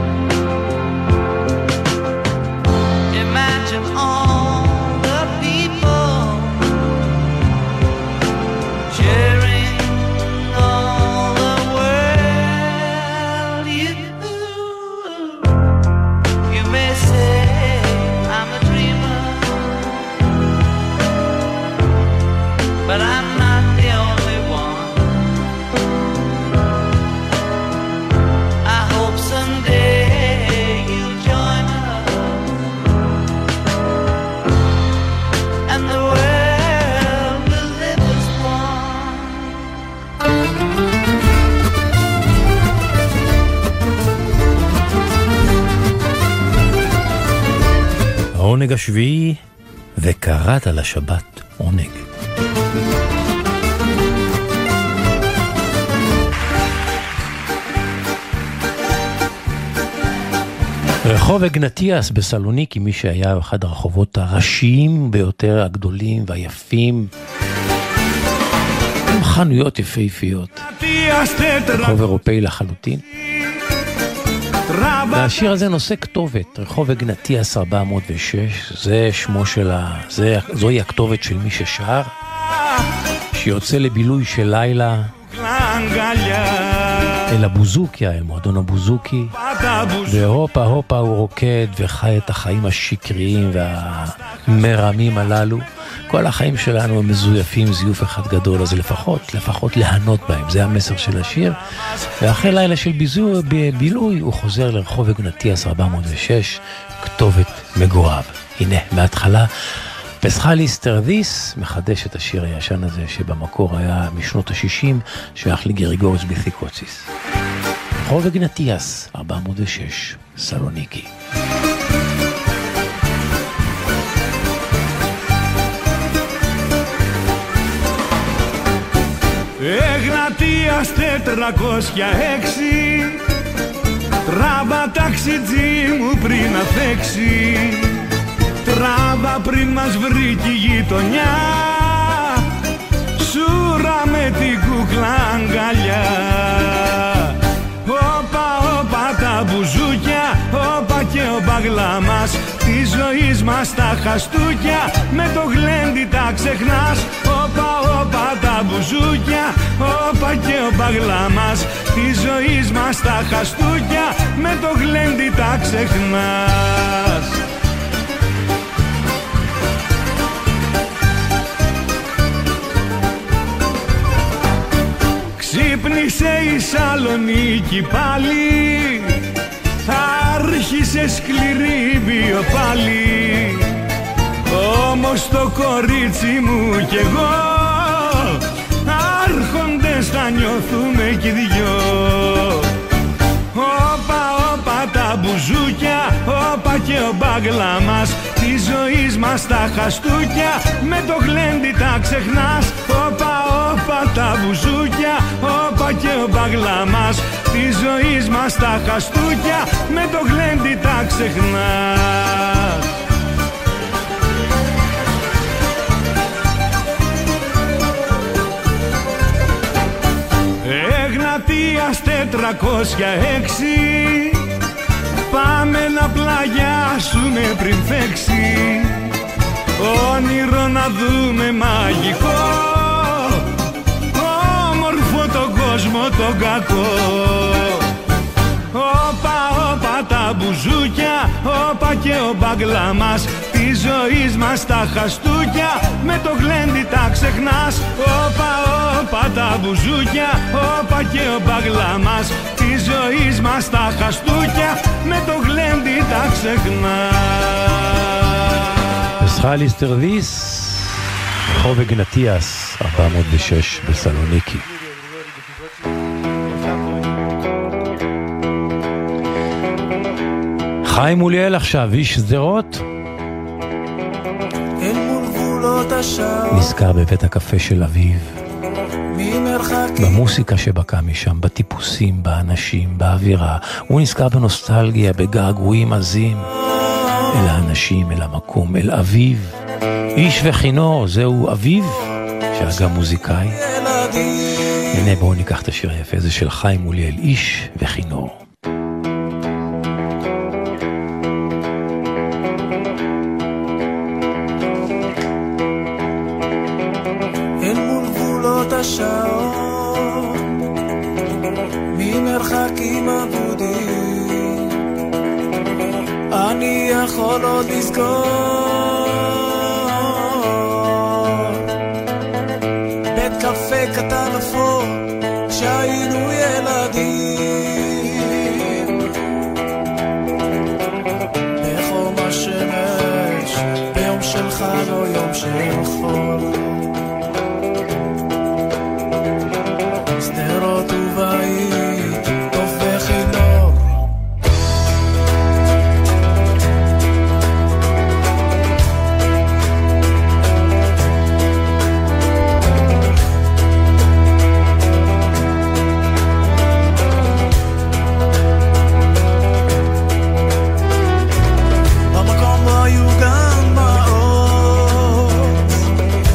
Imagine all the people sharing all the world. You may say I'm a dreamer, but I'm not the only one. העונג השביעי, וקראת לשבת עונג. רחוב אגנטיאס בסלוניקי, מי שהיה אחד הרחובות הראשיים ביותר, הגדולים והיפים, עם חנויות יפהפיות, רחוב אירופאי לחלוטין. והשיר הזה נושא כתובת, רחוב אגנטיאס 406, זה שמו שלה, זוהי הכתובת של מי ששר, שיוצא לבילוי של לילה אל הבוזוקיה, אל מועדון הבוזוקי, והופה הופה הוא רוקד וחי את החיים השקריים והמרמים הללו. כל החיים שלנו הם מזויפים זיוף אחד גדול, אז לפחות להנות בהם, זה המסר של השיר. ואחרי לילה של בילוי הוא חוזר לרחוב אגנטיאס 406, כתובת מגוריו. הנה, מההתחלה פסחלי סטרדיס מחדש את השיר הישן הזה, שבמקור היה משנות ה-60, שייך לגריגוריס בת'יקוציס. רחוב אגנטיאס 406, סלוניקי. Εγνατίας 406, τράβα ταξιτζή μου πριν αφέξει, τράβα πριν μας βρει η γειτονιά, σούρα με την κούκλα αγκαλιά. Όπα, όπα τα μπουζούκια, όπα και ο μπαγλαμάς της ζωής μας τα χαστούκια, με το γλέντι τα ξεχνάς. Όπα, όπα τα μπουζούκια, όπα και ο μπαγλαμάς της ζωής μας τα χαστούκια, με το γλέντι τα ξεχνάς. Ξύπνησε η Σαλονίκη πάλι, άρχισε σκληρή βιοπάλι, όμως το κορίτσι μου κι εγώ άρχοντες θα νιώθουμε κι οι δυο. Όπα, όπα τα μπουζούκια, όπα και ο μπαγλαμάς της ζωής μας τα χαστούκια, με το γλέντι τα ξεχνάς. Όπα, όπα τα μπουζούκια, όπα και ο μπαγλαμάς της ζωής μας τα χαστούκια, με το γλέντι τα ξεχνάς. Εγνατίας 406, πάμε να πλαγιάσουμε πριν φέξει, όνειρο να δούμε μαγικό, όμορφο τον κόσμο τον κακό. Όπα, όπα τα μπουζούκια, όπα και ο μπαγλαμάς της ζωής μας τα χαστούκια, με το γλέντι τα ξεχνάς. Όπα, όπα τα μπουζούκια, όπα και ο μπαγλαμάς της ζωής μας τα χαστούκια, με το γλέντι τα ξεχνάς. מסחל איסטרדיס, רחוב אגנטיאס 406 בסלוניקי. חיים מוליאל עכשיו, איש שדרות, נזכר בבית הקפה של אביו, במוסיקה שבקע משם, בטיפוסים, באנשים, באווירה. הוא נזכר בנוסטלגיה, בגעגועים עזים אל האנשים, אל המקום, אל אביו. איש וכינור, זהו אביו שהיה גם מוזיקאי. הנה בואו ניקח את השיר היפה הזה של חיים מוליאל, איש וכינור. השעון ממרחקים אבודים אני יכול עוד לזכור בית קפה קטן אפור כשהיינו ילדים בחום השמש ביום של חג או יום של חול שדרות ובית, טוב וחינוך במקום בו היו גם מעות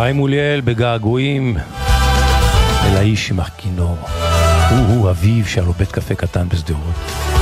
חיים מוליאל בגעגועים אל האיש עם הכינור. הוא אביו שהיה לו בית קפה קטן בשדרות.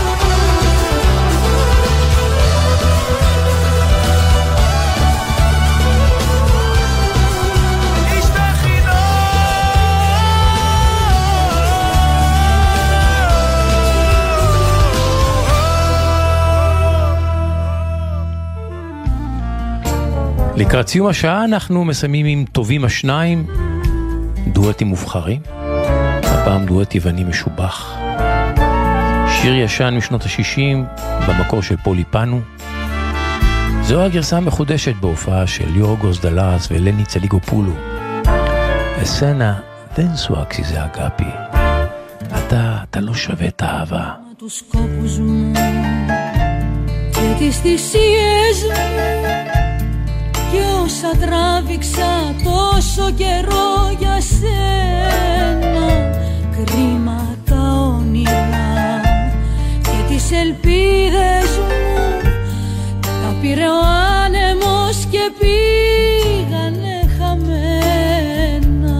לקראת סיום השעה אנחנו מסיימים עם טובים השניים, דואטים מובחרים, הפעם דואט יווני משובח, שיר ישן משנות ה-60 במקור של פולי פאנו. זו הגרסה המחודשת בהופעה של יורגוס דלס ולני צליגופולו. הסצנה דנסואקסי זה אגפי, אתה לא שווה את האהבה. Τους σκόπους μου και τις θυσίες μου κι όσα τράβηξα τόσο καιρό για σένα, κρίμα τα όνειρα και τις ελπίδες μου τα πήρε ο άνεμος και πήγανε χαμένα.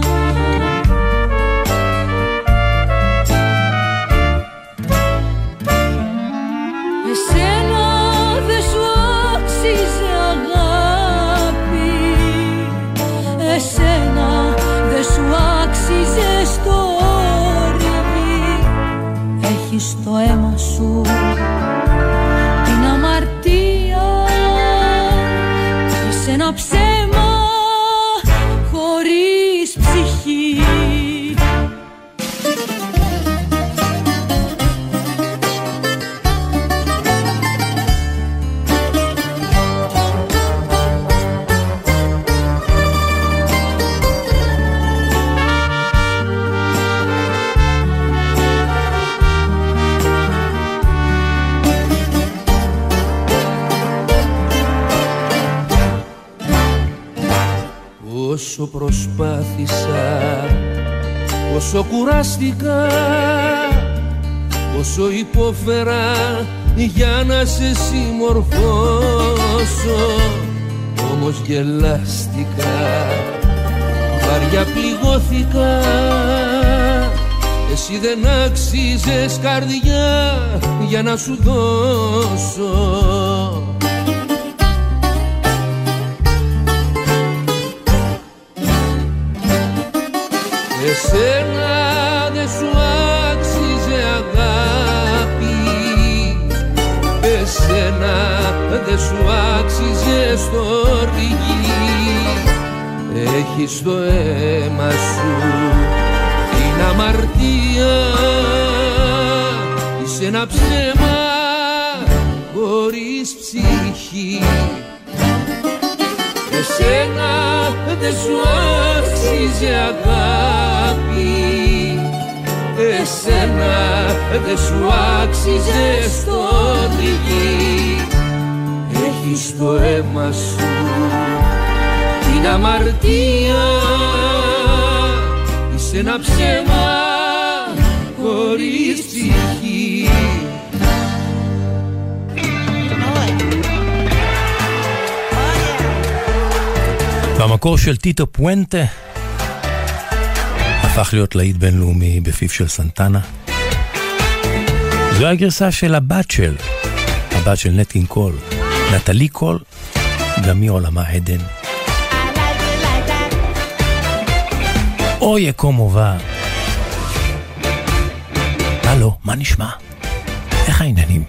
Εσένα δεν σου άξιζε αγάπη, εσένα δεν σου άξιζε στο όριμι. Έχεις στο αίμα σου την αμαρτία, είσαι ένα ψέμα χωρίς ψυχή. Όσο προσπάθησα, όσο κουράστηκα, όσο υπόφερα για να σε συμμορφώσω, όμως γελάστηκα, βαριά πληγώθηκα. Εσύ δεν άξιζες καρδιά για να σου δώσω. Εσένα δεν σου άξιζε αγάπη, εσένα δεν σου άξιζε στοργή. Έχεις στο αίμα σου την αμαρτία, είσαι ένα ψέμα χωρίς ψυχή. Εσένα δεν σου άξιζε αγάπη, εσένα δεν σου άξιζε στοργή. Έχεις στο αίμα σου την αμαρτία, είσαι ένα ψέμα χωρίς ψυχή. במקור של טיטו פואנטה הפך להיות להיט בינלאומי בפיו של סנטנה. זו הגרסה של הבת של נט קינג קול, נטלי קול, גם היא עולמה עדן. אוי קומו בה. הלו, מה נשמע? איך העניינים?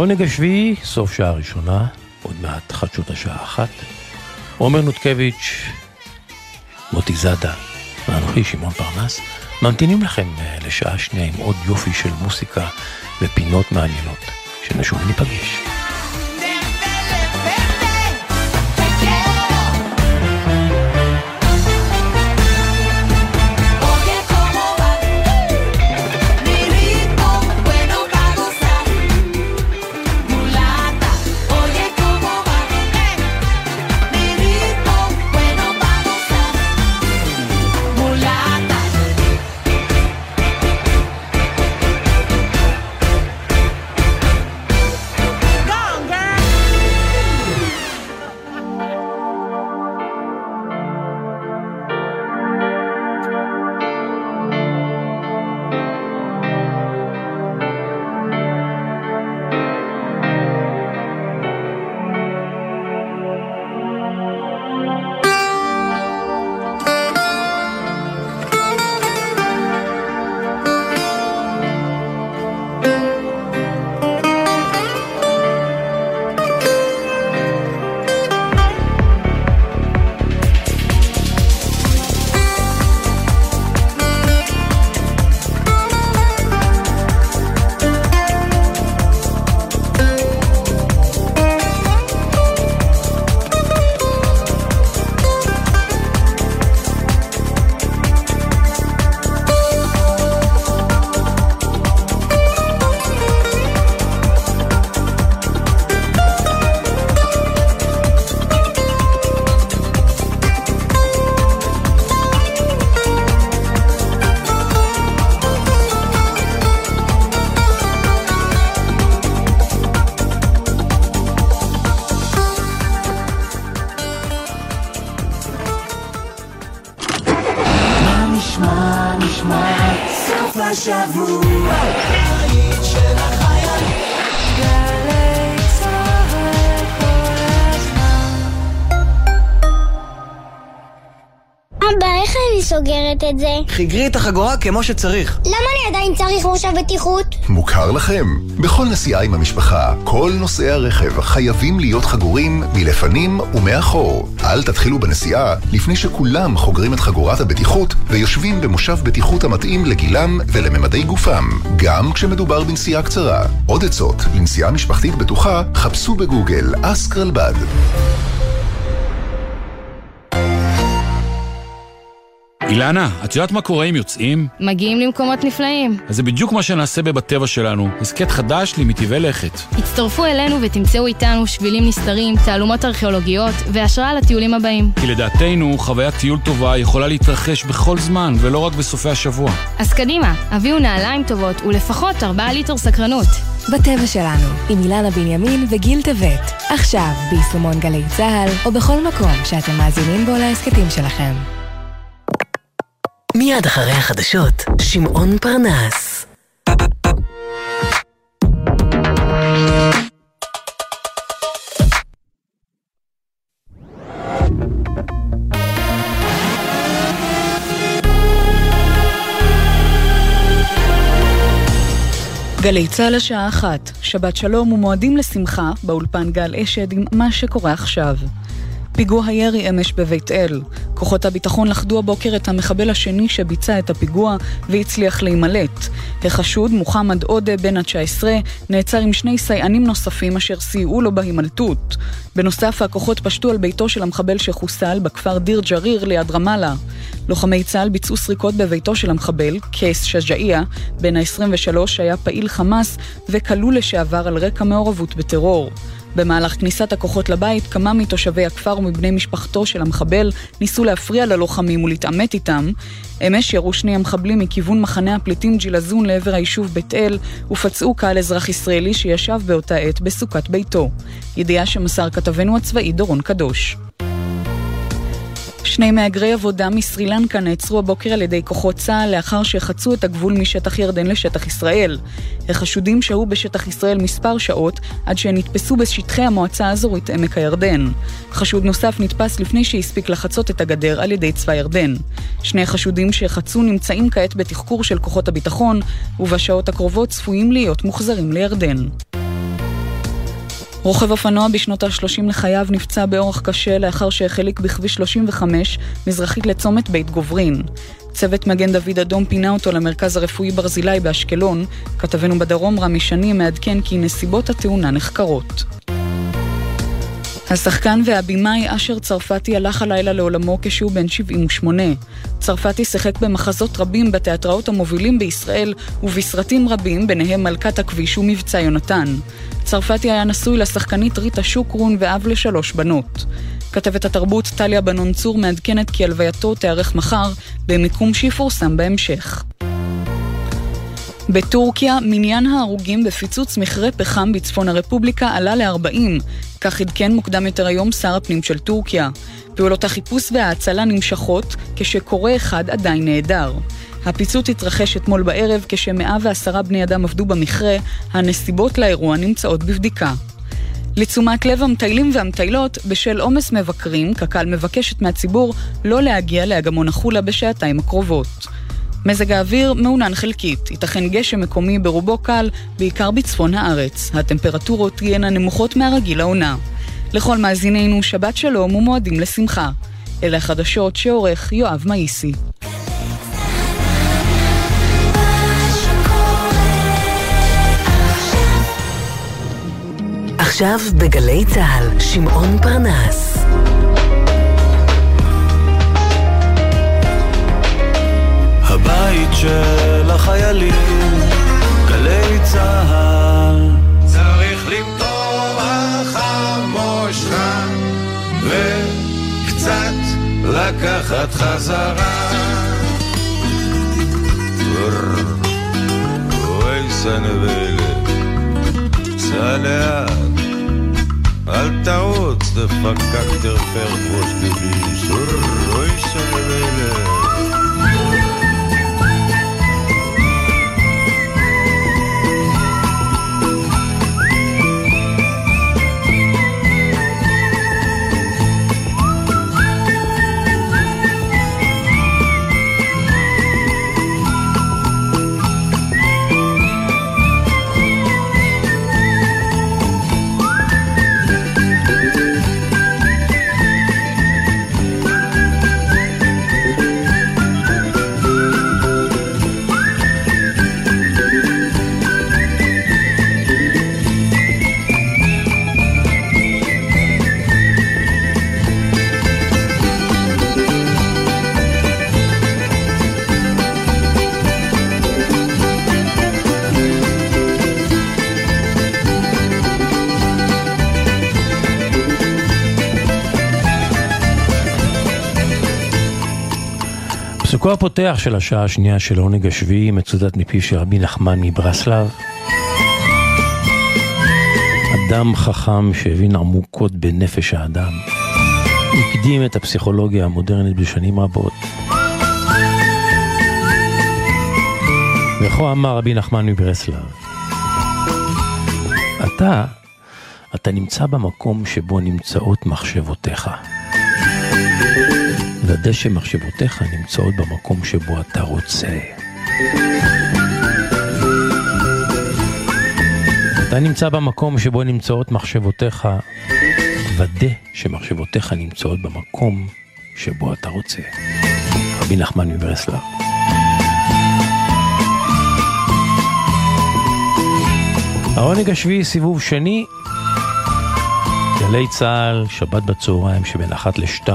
העונג השביעי, סוף שעה ראשונה, עוד מעט חדשות השעה 1. עומר נותקביץ', מוטי זאדה, ואנוכי שמעון פרנס, ממתינים לכם לשעה שנייה עם עוד יופי של מוסיקה ופינות מעניינות, שנשוב וניפגש. סוגרת את זה. חיגרי את החגורה כמו שצריך. למה אני עדיין צריך מושב בטיחות? מוכר לכם. בכל נסיעה עם המשפחה, כל נוסעי הרכב חייבים להיות חגורים מלפנים ומאחור. אל תתחילו בנסיעה לפני שכולם חוגרים את חגורת הבטיחות ויושבים במושב בטיחות המתאים לגילם ולממדי גופם, גם כשמדובר בנסיעה קצרה. עוד עצות לנסיעה משפחתית בטוחה, חפשו בגוגל אסק רלב"ד. אילנה, את יודעת מה קורה אם יוצאים? מגיעים למקומות נפלאים. אז זה בדיוק מה שנעשה בבטבע שלנו, הסקט חדש למטבעי לכת. הצטרפו אלינו ותמצאו איתנו שבילים נסתרים, תעלומות ארכיאולוגיות והשראה לטיולים הבאים. כי לדעתנו, חוויית טיול טובה יכולה להתרחש בכל זמן ולא רק בסופי השבוע. אז קדימה, הביאו נעליים טובות ולפחות 4 ליטר סקרנות. בטבע שלנו, עם אילנה בנימין וגיל טבת. עכשיו, ביישומון גלי צהל או בכל מקום שאתם מאזינים בו להסקטים שלכם. מיד אחרי החדשות, שמעון פרנס. גלי צהל השעה 1, שבת שלום ומועדים לשמחה, באולפן גל אשד עם מה שקורה עכשיו. פיגוע הירי אמש בבית אל. כוחות הביטחון לחדו הבוקר את המחבל השני שביצע את הפיגוע והצליח להימלט. החשוד, מוחמד עודה בן ה-19, נעצר עם 2 סייענים נוספים אשר סייעו לו בהימלטות. בנוסף, הכוחות פשטו על ביתו של המחבל שחוסל בכפר דיר ג'ריר ליד רמאללה. לוחמי צה"ל ביצעו סריקות בביתו של המחבל, קייס שג'איה, בן ה-23, היה פעיל חמאס וכלול לשעבר על רקע מעורבות בטרור. במהלך כניסת הכוחות לבית, כמה מתושבי הכפר ומבני משפחתו של המחבל ניסו להפריע ללוחמים ולהתעמת איתם. אמש ירו 2 המחבלים מכיוון מחנה הפליטים ג'ילזון לעבר היישוב בית אל, ופצעו קהל אזרח ישראלי שישב באותה עת בסוכת ביתו. ידיעה שמסר כתבנו הצבאי דורון קדוש. 2 מהגרי עבודה מסרילנקה נעצרו הבוקר על ידי כוחות צה"ל לאחר שחצו את הגבול משטח ירדן לשטח ישראל. החשודים שהו בשטח ישראל מספר שעות עד שנתפסו בשטחי המועצה האזורית עמק הירדן. חשוד נוסף נתפס לפני שהספיק לחצות את הגדר על ידי צבא ירדן. 2 חשודים שחצו נמצאים כעת בתחקור של כוחות הביטחון, ובשעות הקרובות צפויים להיות מוחזרים לירדן. רוכב אופנוע בשנות ה-30 לחייו נפצע באורח קשה לאחר שהחליק בכביש 35 מזרחית לצומת בית גוברין. צוות מגן דוד אדום פינה אותו למרכז הרפואי ברזילי באשקלון. כתבנו בדרום רמי שני מעדכן כי נסיבות התאונה נחקרות. השחקן והבימאי אשר צרפתי הלך הלילה לעולמו כשהוא בן 78. צרפתי שיחק במחזות רבים בתיאטראות המובילים בישראל ובסרטים רבים, ביניהם מלכת הכביש ומבצע יונתן. צרפתי היה נשוי לשחקנית ריטה שוקרון ואב ל3 בנות. כתבת התרבות טליה בנון צור מעדכנת כי הלווייתו תארך מחר במיקום שיפורסם בהמשך. בטורקיה מניין ההרוגים בפיצוץ מכרה פחם בצפון הרפובליקה עלה ל-40, כך עדכן מוקדם יותר היום שר הפנים של טורקיה. פעולות החיפוש וההצלה נמשכות כשקורא אחד עדיין נהדר. הפיצוץ התרחש אתמול בערב כש110 בני אדם עבדו במכרה, הנסיבות לאירוע נמצאות בבדיקה. לתשומת לב המטיילים והמטיילות, בשל עומס מבקרים, קק"ל מבקשת מהציבור לא להגיע לאגמון החולה בשעתיים הקרובות. מזג האוויר מעונן חלקית, ייתכן גשם מקומי ברובו קל, בעיקר בצפון הארץ. הטמפרטורות תהיינה נמוכות מהרגיל העונה. לכל מאזינינו שבת שלום ומועדים לשמחה. אלה החדשות שעורך יואב מאיסי. עכשיו בגלי צהל, שמעון פרנס. הבית של החיילים, גלי צהל. צריך למתוח המושכה וקצת לקחת חזרה. אוי סנבלת, סע לאט, אל תעוץ, דפקק תרפר ראש דביש. אוי סנבלת. פסוקו הפותח של השעה השנייה של העונג השביעי מצוטט מפיו של רבי נחמן מברסלב. אדם חכם שהבין עמוקות בנפש האדם. הקדים את הפסיכולוגיה המודרנית בשנים רבות. וכה אמר רבי נחמן מברסלב, אתה נמצא במקום שבו נמצאות מחשבותיך. ודא שמחשבותיך נמצאות במקום שבו אתה רוצה. אתה נמצא במקום שבו נמצאות מחשבותיך, ודא שמחשבותיך נמצאות במקום שבו אתה רוצה. רבי נחמן מברסלב. העונג השביעי סיבוב שני, גלי צהל, שבת בצהריים שבין 1-2.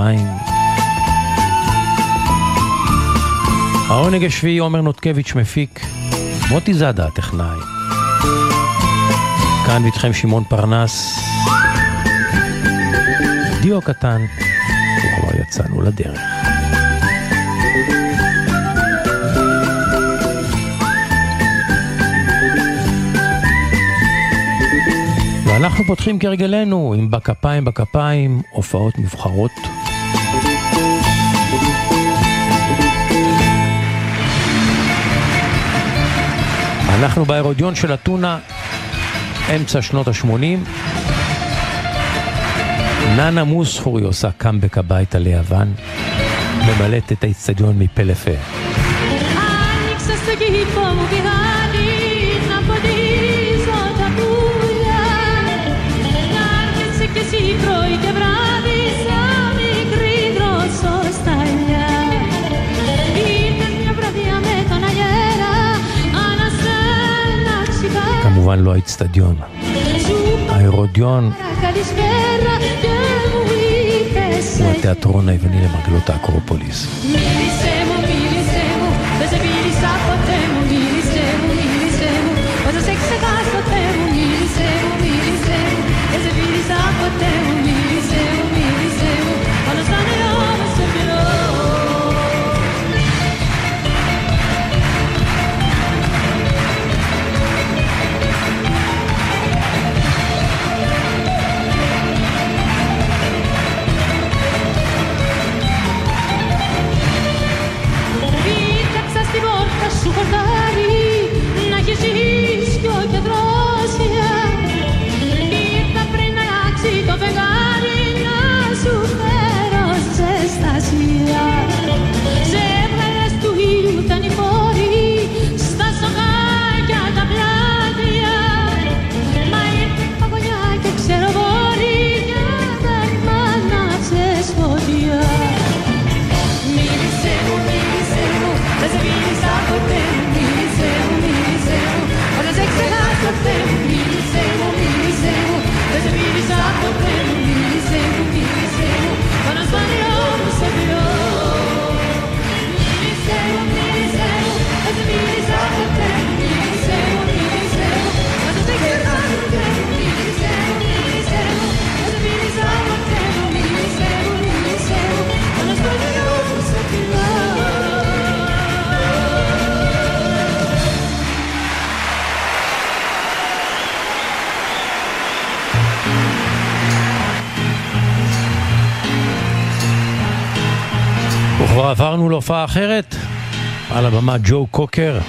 העונג השביעי עומר נותקביץ' מפיק, מוטי זאדה הטכנאי. כאן איתכם שמעון פרנס, דיו קטן, וכבר יצאנו לדרך. ואנחנו פותחים כרגלנו עם בכפיים, הופעות מבחרות. אנחנו באירודיון של אתונה, אמצע שנות ה-80. ננה מוספורי עושה קאמבק הביתה ליוון, ממלאת את האצטדיון מפה לפה. che si croi che bravi siamo grigro sostaglia il mio praticamente una iera una stella città כמובן לא האצטדיון, האירודיון הוא התיאטרון היווני למרגלות האקרופוליס. Su portari na chiesischio che drosia vita prenda laxi to vegari na supero sestasia sempre restu hilutani fuori sta sogaia da platia ma il pagogna che c'era fuori da manna se spodia mi dicevo as a vini sta con te mi dicevo ora sei che la con te mi dicevo as a vini sta con te mi dicevo quando sbaglio non sapevo mi dicevo as a vini sta con te mi dicevo quando sei che la con te mi dicevo as a vini sta con te mi dicevo quando sbaglio non sapevo. וכבר עברנו להופעה אחרת, על הבמה ג'ו קוקר,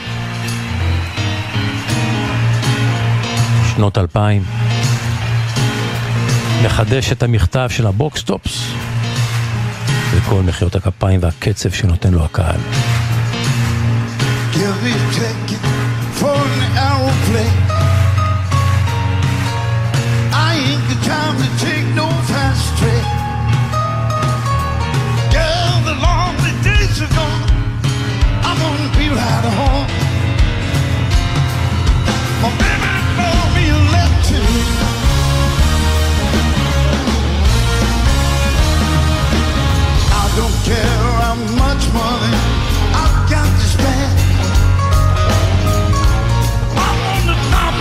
שנות 2000, מחדש את המכתב של הבוקסטופס, וכל מחיאות הכפיים והקצב שנותן לו הקהל. Give me a ticket for an aeroplane. I ain't got time to take no fast train. Girl, the lonely days are gone. I'm gonna be right home. My baby wrote me a letter. I don't care how much money I've got to spend. I'm on the top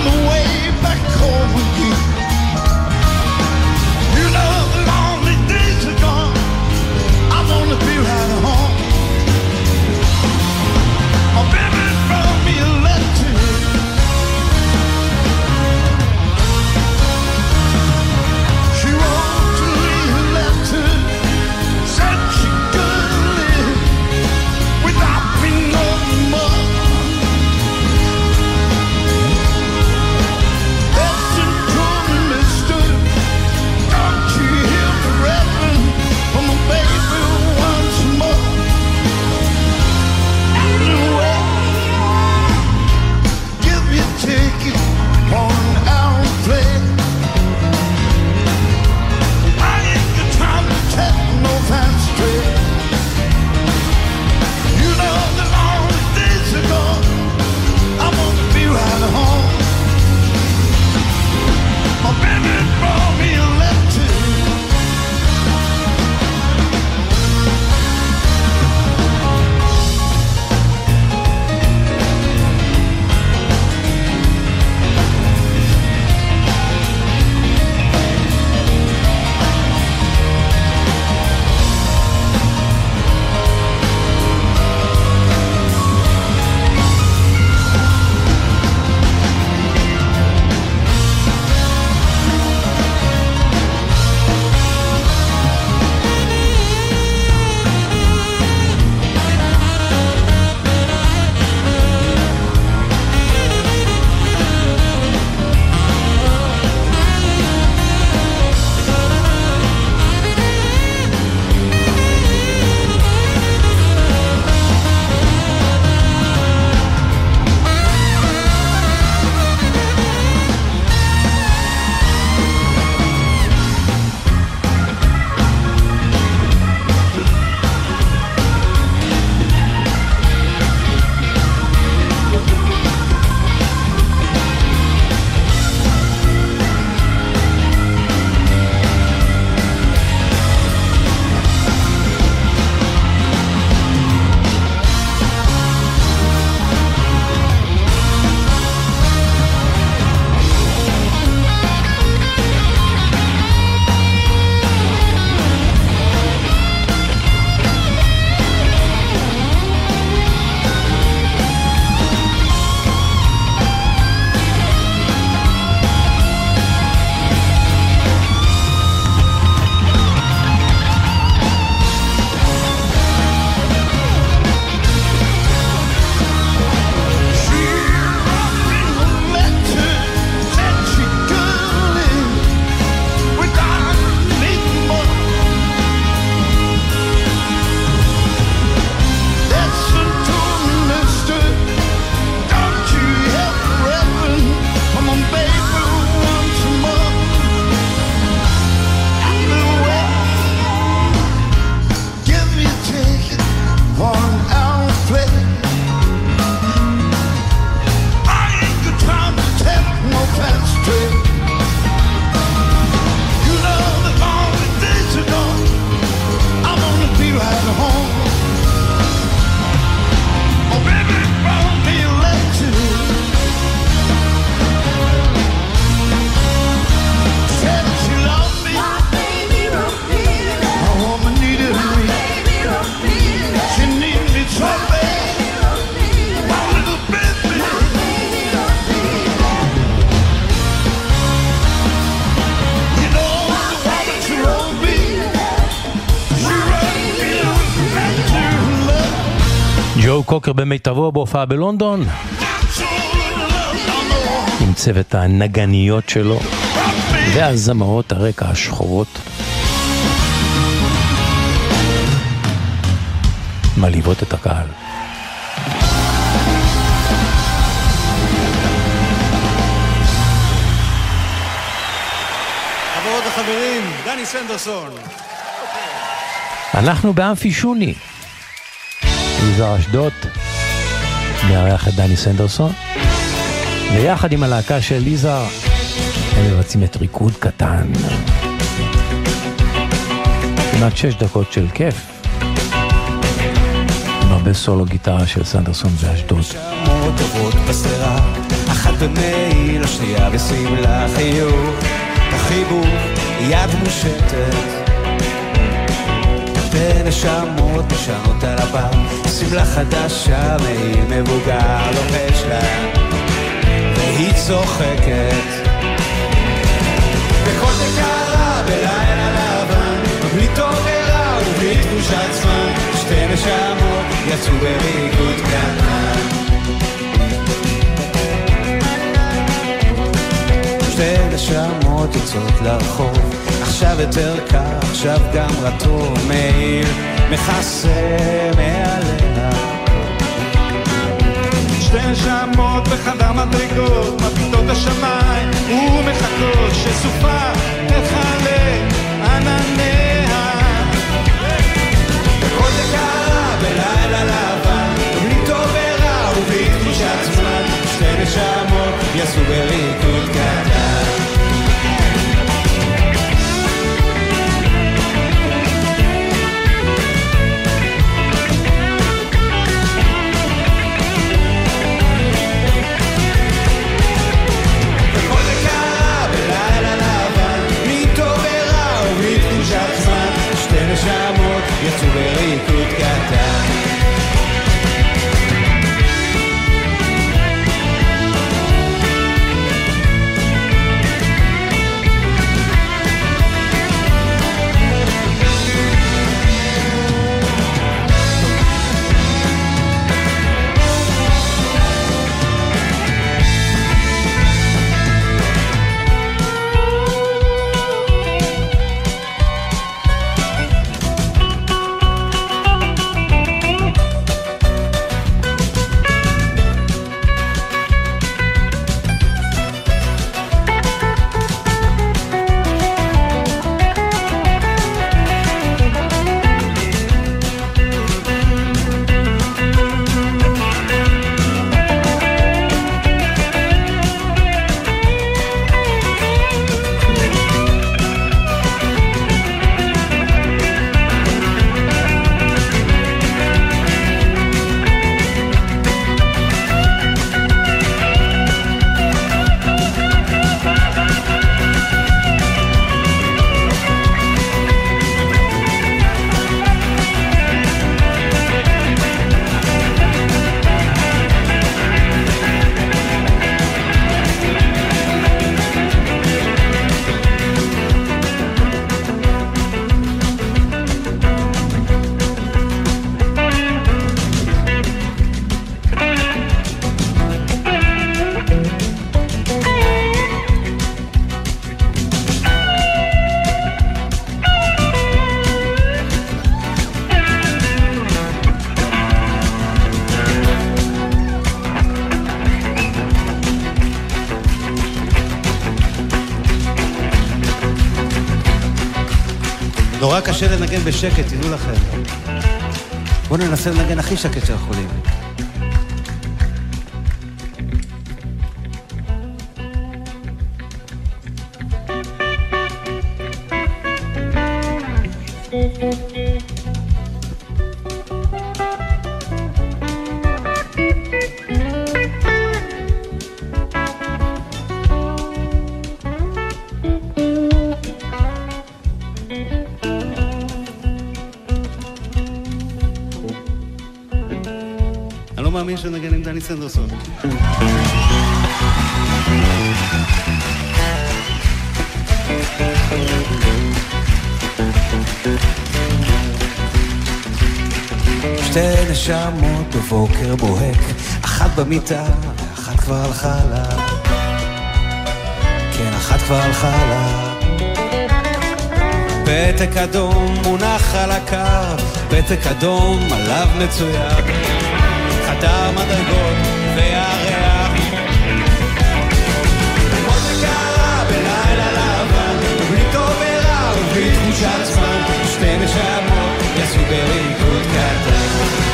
ג'ו קוקר במיטבו בהופעה בלונדון עם צוות הנגניות שלו והזמרות הרקע השחורות מלהיבות את הקהל. חברות וחברים, דני סנדרסון. אנחנו באמפי שוני, יזהר אשדוד מארח את דני סנדרסון, ויחד עם הלהקה של יזהר הם מבצעים את ריקוד קטן, כמעט 6 דקות של כיף עם הרבה סולו גיטרה של סנדרסון ואשדוד. שמות טובות בסדרה, אחת במייל, השנייה ושים לך חיוך, תחיבו יד מושטת ונשמות נשנות על הבר, שמלה חדשה מעיל מבוגר לוחש לה והיא צוחקת בכל דקרה בלילה לבן, בלי תוברה ובלי תחושת זמן, שתי נשמות יצאו בריקוד קטן, שתי נשמות יוצאות לרחוב, עכשיו יותר קר, עכשיו גם רטוב, מעיל מכסה מעליה, שתי נשמות בחדר מדרגות, מביטות השמיים ומחכות שסופה תחלה ענניה, בכל דקרה בלילה לבן, בלי תוברה ובלי תחושת זמן, שתי נשמות יעשו בריקוד קטן, נשמות יצאו בריקוד קטן, נורא קשה לנגן בשקט, תדעו לכם. בואו ננסה לנגן הכי שקט שיכולים. אני לא מאמין שנגן עם דני סנדרסון. שתי שתי נשמות בבוקר בוהק, אחת במיטה ואחת כבר הלכה לה. כן, אחת כבר הלכה לה. פתק אדום מונח על הקר, פתק אדום עליו מצויר, חדר מדרגות והריח. הכל זה קרה בלילה לבן, בלי טוב ורע ובלי תחושת זמן, שתי נשמות יצאו בריקוד קטן.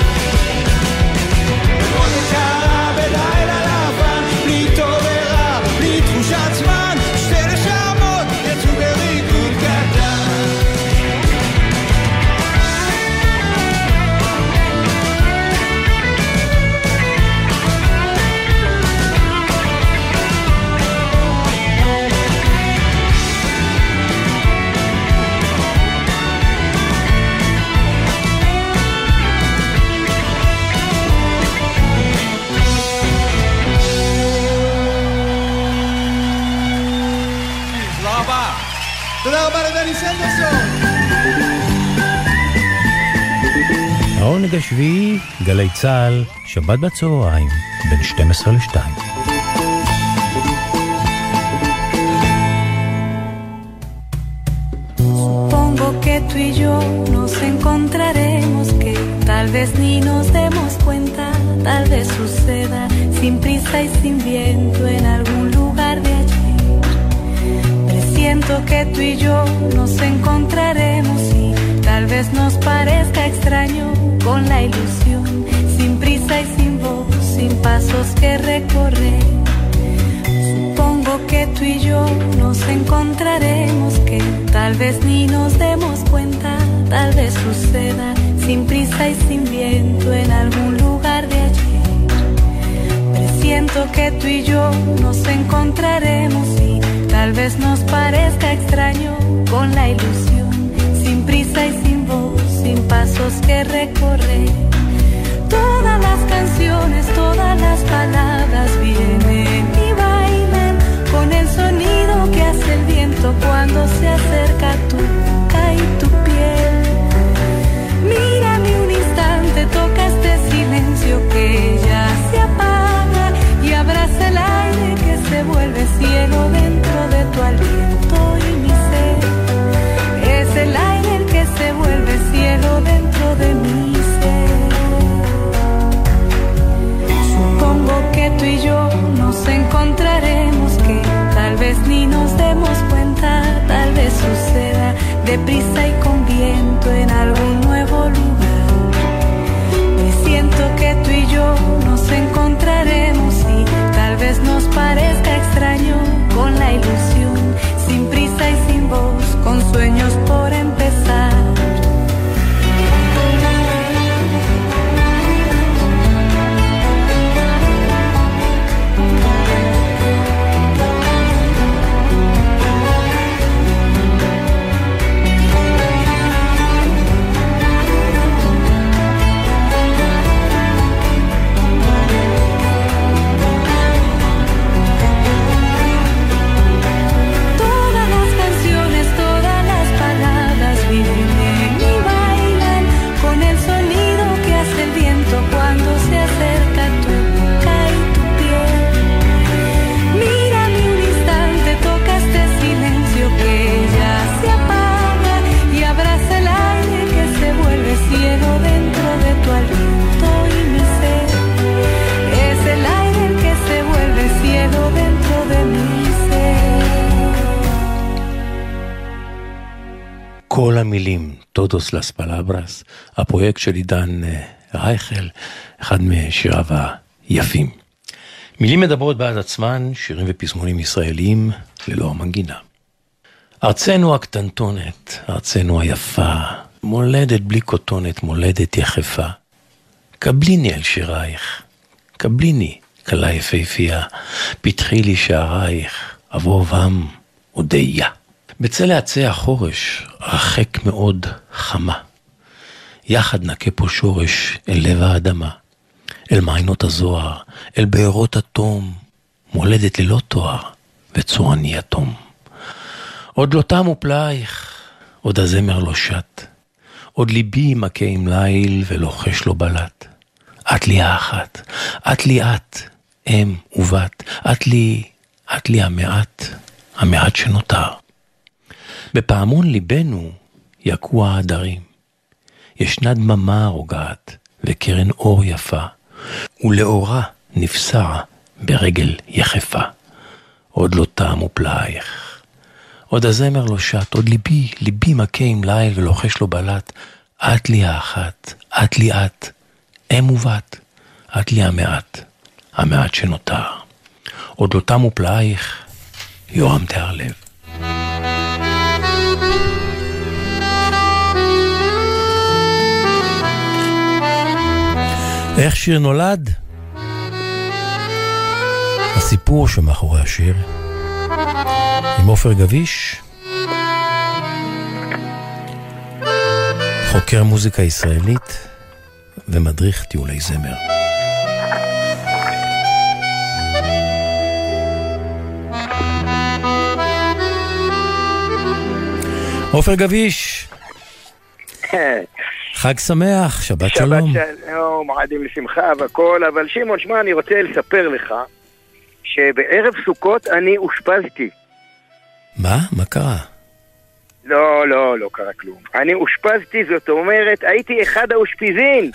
הכל זה קרה בלילה לבן, בלי טוב ורע בלי תחושת זמן, שתי נשמות יצאו בריקוד קטן. תודה רבה לדני סנדרסון. העונג השביעי, גלי צהל, שבת בצהריים, בין 12 ל-2. Supongo que tú y yo nos encontraremos, que tal vez ni nos demos cuenta, tal vez suceda sin prisa y sin viento en algún lugar de allí. Siento que tú y yo nos encontraremos y tal vez nos parezca extraño con la ilusión, sin prisa y sin voz, sin pasos que recorrer. Supongo que tú y yo nos encontraremos, que tal vez ni nos demos cuenta, tal vez suceda sin prisa y sin viento en algún lugar de allí. Presiento que tú y yo nos encontraremos y tal vez nos parezca extraño con la ilusión, sin prisa y sin voz, sin pasos que recorrer. Todas las canciones, todas las palabras vienen y bailan con el sonido que hace el viento cuando se acerca a tu boca y tu piel. Mírame un instante, toca este silencio que ya se apaga y abraza el aire que se vuelve cielo dentro de tu aliento y mi ser. Es el aire el que se vuelve cielo dentro de mi ser. Supongo que tú y yo nos encontraremos, que tal vez ni nos demos cuenta, tal vez suceda deprisa y con viento en algún nuevo lugar. Me siento que tú y yo nos encontraremos y tal vez nos parezca extraño con la ilusión, sin prisa y sin voz, con sueños por empezar. כל המילים, todos las palabras, הפרויקט של עידן רייכל, אחד משיריו היפים. מילים מדברות בעד עצמן, שירים ופזמונים ישראליים ללא המנגינה. ארצנו הקטנטונת, ארצנו היפה, מולדת בלי כותונת, מולדת יחפה. קבליני על שירייך, קבליני, כלה יפהפייה, פתחי לי שערייך, אבובם ודיה. בצל עצי החורש, רחק מאוד חמה. יחד נקה פה שורש אל לב האדמה, אל מעיינות הזוהר, אל בארות התום, מולדת ללא תואר וצורני יתום. עוד לא תמו פלאייך, עוד הזמר לא שט, עוד ליבי מכה עם ליל ולוחש לו בלט. את לי האחת, את לי את, אם ובת, את לי המעט שנותר. בפעמון ליבנו יקוע העדרים. ישנה דממה רוגעת וקרן אור יפה, ולאורה נפסע ברגל יחפה. עוד לא תמו פלאייך. עוד הזמר לא שט, עוד ליבי מכה עם ליל ולוחש לו בלט. את לי האחת, את לי את, אם ובת, את לי המעט שנותר. עוד לא תמו פלאייך, יורם תיארלב. איך שיר נולד? הסיפור שמאחורי השיר עם עופר גביש, חוקר מוזיקה ישראלית ומדריך טיולי זמר. עופר גביש, חג שמח, שבת שלום. שבת שלום, מועדים לשמחה והכל, אבל שמעון, שמע, אני רוצה לספר לך שבערב סוכות אני אושפזתי. מה? מה קרה? לא קרה כלום. אני אושפזתי, זאת אומרת, הייתי אחד האושפיזין.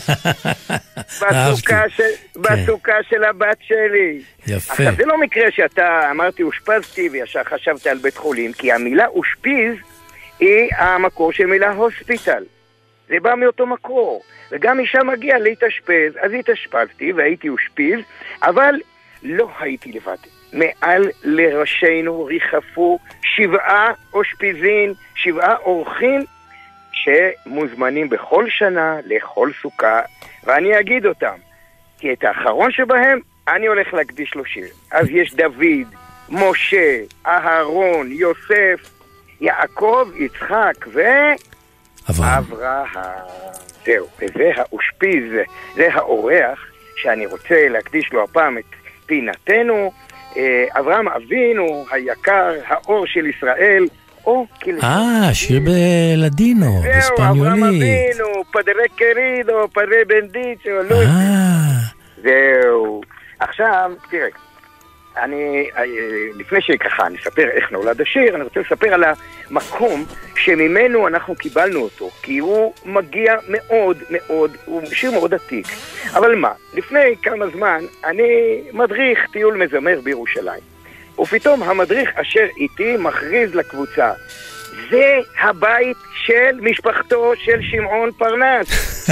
בסוכה של הבת שלי. יפה. עכשיו, זה לא מקרה שאתה אמרתי אושפזתי וישר חשבת על בית חולים, כי המילה אושפיז היא המקור של מילה הוספיטל. זה בא מאותו מקור. וגם אישה מגיעה להתאשפז, אז התאשפזתי והייתי אושפיז, אבל לא הייתי לבד. מעל לראשינו ריחפו 7 אושפיזין, 7 אורחים שמוזמנים בכל שנה לכל סוכה, ואני אגיד אותם, כי את האחרון שבהם אני הולך להקדיש לו שיר. אז יש דוד, משה, אהרון, יוסף, יעקב, יצחק אברהם. זהו, וזה האושפיז, זה האורח שאני רוצה להקדיש לו הפעם את פינתנו, אברהם אבינו היקר, האור של ישראל. שיר בלדינו, בספניולית. אברהם אבינו, פדרה קרידו, פדרה בנדיצ'ו, זהו. עכשיו, תראה, לפני שככה נספר איך נולד השיר, אני רוצה לספר על המקום שממנו אנחנו קיבלנו אותו, כי הוא מגיע מאוד מאוד, הוא שיר מאוד עתיק. אבל מה, לפני כמה זמן אני מדריך טיול מזמר בירושלים, ופתאום המדריך אשר איתי מכריז לקבוצה, זה הבית של משפחתו של שמעון פרנס.